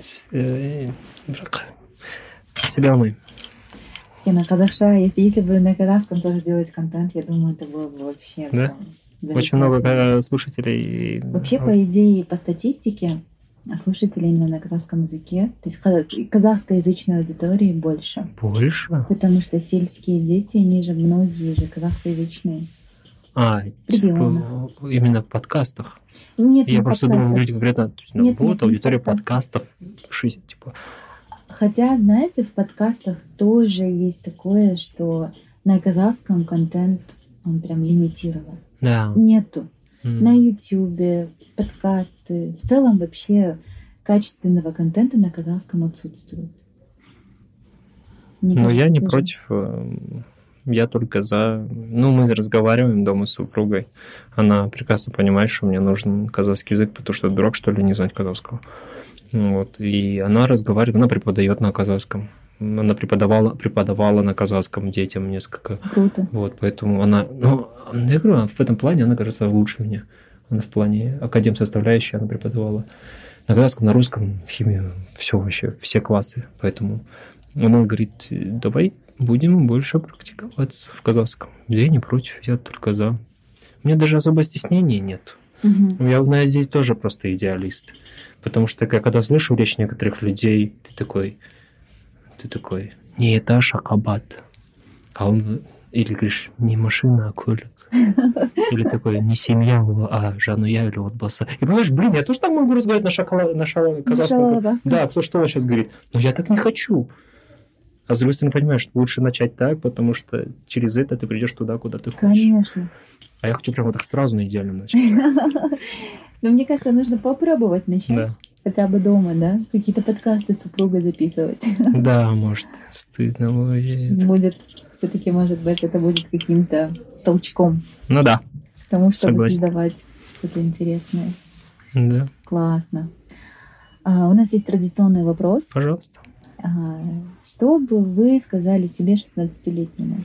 себе алмаймын. На казахша, если бы на казахском тоже делать контент, я думаю, это было бы вообще... Да? Очень много слушателей. Вообще, по идее, по статистике, слушателей именно на казахском языке, то есть казахскоязычной аудитории больше. Больше? Потому что сельские дети, они же многие же казахскоязычные. Типа именно в подкастах? Нет, я просто думаю, вы говорите конкретно, нет, вот аудитория подкастов. Типа. Хотя, знаете, в подкастах тоже есть такое, что на казахском контент, он прям лимитирован. Да. Нету. На Ютубе, подкасты. В целом вообще качественного контента на казахском отсутствует. Но я не против. Я только за... мы разговариваем дома с супругой. Она прекрасно понимает, что мне нужен казахский язык, потому что дурак, что ли, не знать казахского. Вот. И она разговаривает, она преподает на казахском. Она преподавала на казахском детям несколько. Круто. Вот, поэтому она... я говорю, в этом плане она, кажется, лучше меня. Она в плане академ-составляющей она преподавала. На казахском, на русском, химию, все вообще, все классы. Поэтому она говорит, давай будем больше практиковаться в казахском. Я не против, я только за. У меня даже особо стеснения нет. Я здесь тоже просто идеалист. Потому что я когда слышу речь некоторых людей, ты такой, не этаж, а кабат. А он, или говоришь, не машина, а колик. Или такой, не семья, а жануя или отбаса. И понимаешь, я тоже так могу разговаривать на казахском. Да, кто что он сейчас говорит. Но я так не хочу. А с другой стороны, понимаешь, лучше начать так, потому что через это ты придешь туда, куда ты хочешь. Конечно. А я хочу прямо так сразу на идеальном начать. Но мне кажется, нужно попробовать начать. Да. Хотя бы дома, да? Какие-то подкасты с супругой записывать. Да, может, стыдно будет. Будет, все-таки, может быть, это будет каким-то толчком. Ну да. К тому, чтобы создавать что-то интересное. Да. Классно. У нас есть традиционный вопрос. Пожалуйста. Что бы вы сказали себе 16-летнему?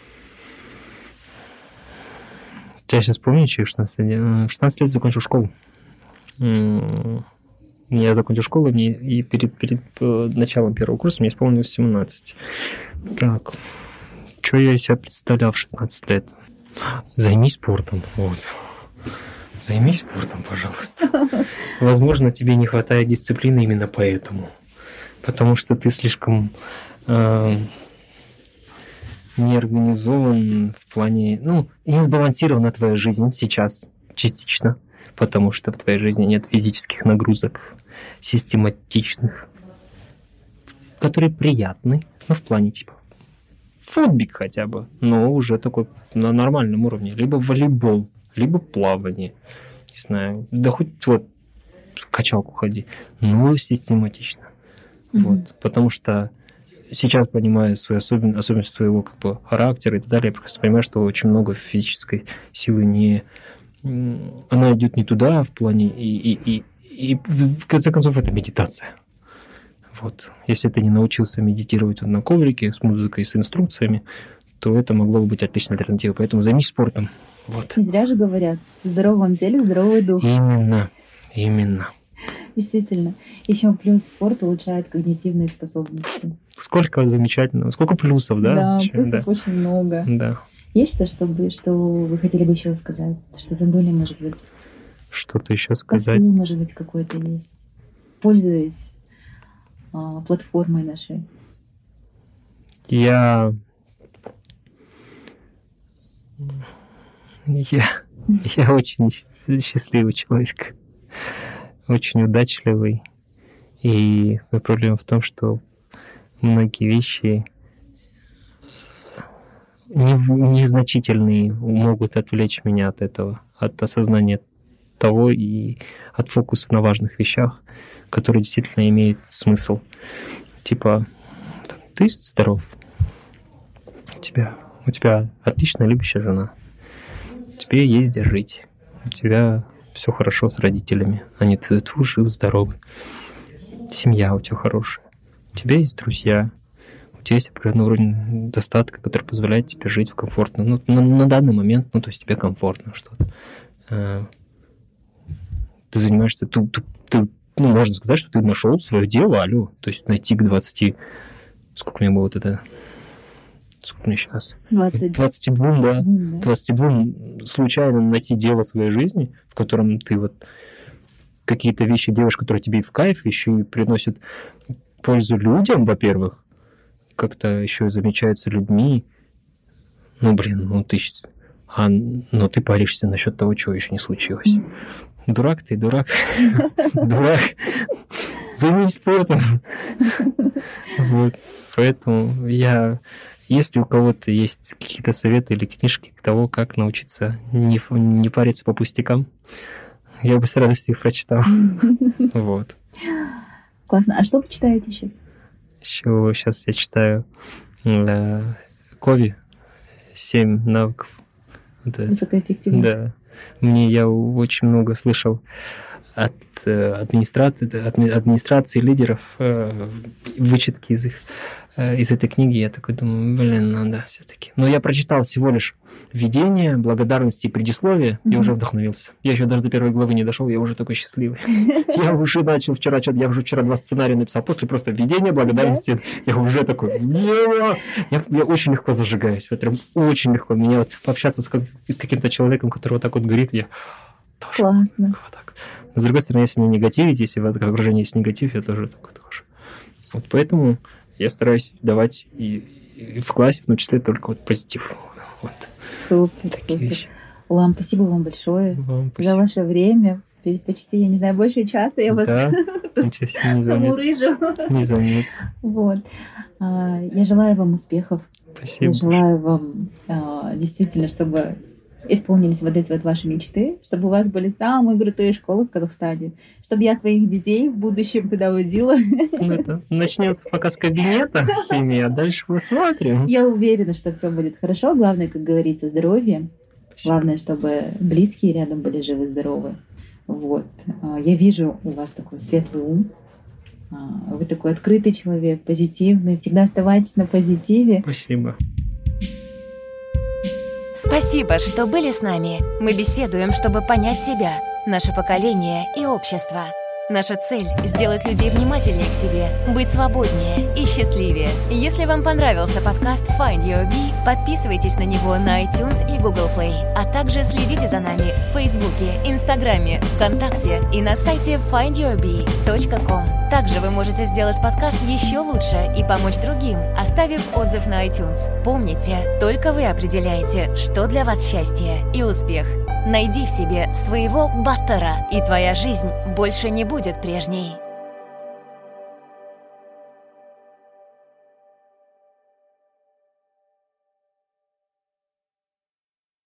Я сейчас помню, что 16 лет. 16 лет закончил школу. Я закончил школу, и перед началом первого курса мне исполнилось 17. Так, что я из себя представлял в 16 лет? Займись спортом, вот. Займись спортом, пожалуйста. Возможно, тебе не хватает дисциплины именно поэтому. Потому что ты слишком неорганизован в плане... не сбалансирована твоя жизнь сейчас частично. Потому что в твоей жизни нет физических нагрузок систематичных, которые приятны, в плане типа футбик хотя бы, но уже такой на нормальном уровне. Либо волейбол, либо плавание. Не знаю, да хоть в качалку ходи, но систематично. Вот, потому что сейчас, понимая свою особенность своего характера и так далее, я просто понимаю, что очень много физической силы она идет не туда в плане и в конце концов это медитация. Вот. Если ты не научился медитировать на коврике с музыкой, с инструкциями, то это могло бы быть отличной альтернативой. Поэтому займись спортом. Вот. Не зря же говорят, в здоровом теле здоровый дух. Именно. Действительно. Еще плюс спорт улучшает когнитивные способности. Сколько замечательного, сколько плюсов, да? Да, плюсов очень много. Да. Есть что вы хотели бы еще сказать? Что забыли, может быть? Что-то еще сказать? Посыл, может быть, какой-то есть. Пользуясь платформой нашей. Я очень счастливый человек. Очень удачливый. И проблема в том, что многие вещи незначительные могут отвлечь меня от этого, от осознания того и от фокуса на важных вещах, которые действительно имеют смысл. типа, ты здоров, у тебя отличная любящая жена, тебе есть где жить, у тебя все хорошо с родителями, они твой жив, здоровый, семья у тебя хорошая, у тебя есть друзья, у тебя есть определенный уровень достатка, который позволяет тебе жить в комфортно. Ну, на данный момент, то есть тебе комфортно что-то. Ты занимаешься, можно сказать, что ты нашел свое дело, то есть найти к 20... Сколько мне было вот это? Сколько мне сейчас? 22, да. 22 случайно найти дело своей жизни, в котором ты вот какие-то вещи делаешь, которые тебе в кайф, еще и приносят пользу людям, во-первых, как-то еще замечаются людьми. Ты паришься насчет того, чего еще не случилось. Дурак ты, дурак. Дурак. Займись спортом. Поэтому если у кого-то есть какие-то советы или книжки к тому, как научиться не париться по пустякам, я бы с радостью их прочитал. Вот. Классно. А что вы читаете сейчас? Еще сейчас я читаю Кови «7 навыков». Высокоэффективно. Да. Я очень много слышал от администрации лидеров вычетки из этой книги. Я такой думаю, надо все-таки. Но я прочитал всего лишь введение, благодарности и предисловие, и уже вдохновился. Я еще даже до первой главы не дошел, я уже такой счастливый. Я уже начал вчера 2 сценария написал, после просто введения, благодарности, я уже такой, я очень легко зажигаюсь, прям очень легко. Меня вот пообщаться с каким-то человеком, который вот так вот горит, я тоже. Классно. Вот так. Но с другой стороны, если меня негативить, если в этом окружении есть негатив, я тоже такой тоже. Вот поэтому я стараюсь давать и в классе, в том числе, только вот позитив. Вот. Супер, такие вещи. Улан, спасибо вам большое за ваше время. Почти, я не знаю, больше часа я вас мурыжу. Не заметь. Вот. Я желаю вам успехов. Спасибо. Я желаю вам действительно, чтобы исполнились вот эти вот ваши мечты, чтобы у вас были самые крутые школы в Казахстане, чтобы я своих детей в будущем туда водила. Это начнется пока с кабинета химии, а дальше посмотрим. Я уверена, что все будет хорошо. Главное, как говорится, здоровье. Главное, чтобы близкие рядом были живы-здоровы. Вот. Я вижу у вас такой светлый ум. Вы такой открытый человек, позитивный. Всегда оставайтесь на позитиве. Спасибо. Спасибо, что были с нами. Мы беседуем, чтобы понять себя, наше поколение и общество. Наша цель – сделать людей внимательнее к себе, быть свободнее и счастливее. Если вам понравился подкаст Find Your Bee, подписывайтесь на него на iTunes и Google Play, а также следите за нами в Фейсбуке, Инстаграме, ВКонтакте и на сайте findyourbee.com. Также вы можете сделать подкаст еще лучше и помочь другим, оставив отзыв на iTunes. Помните, только вы определяете, что для вас счастье и успех. Найди в себе своего баттера, и твоя жизнь больше не будет прежней.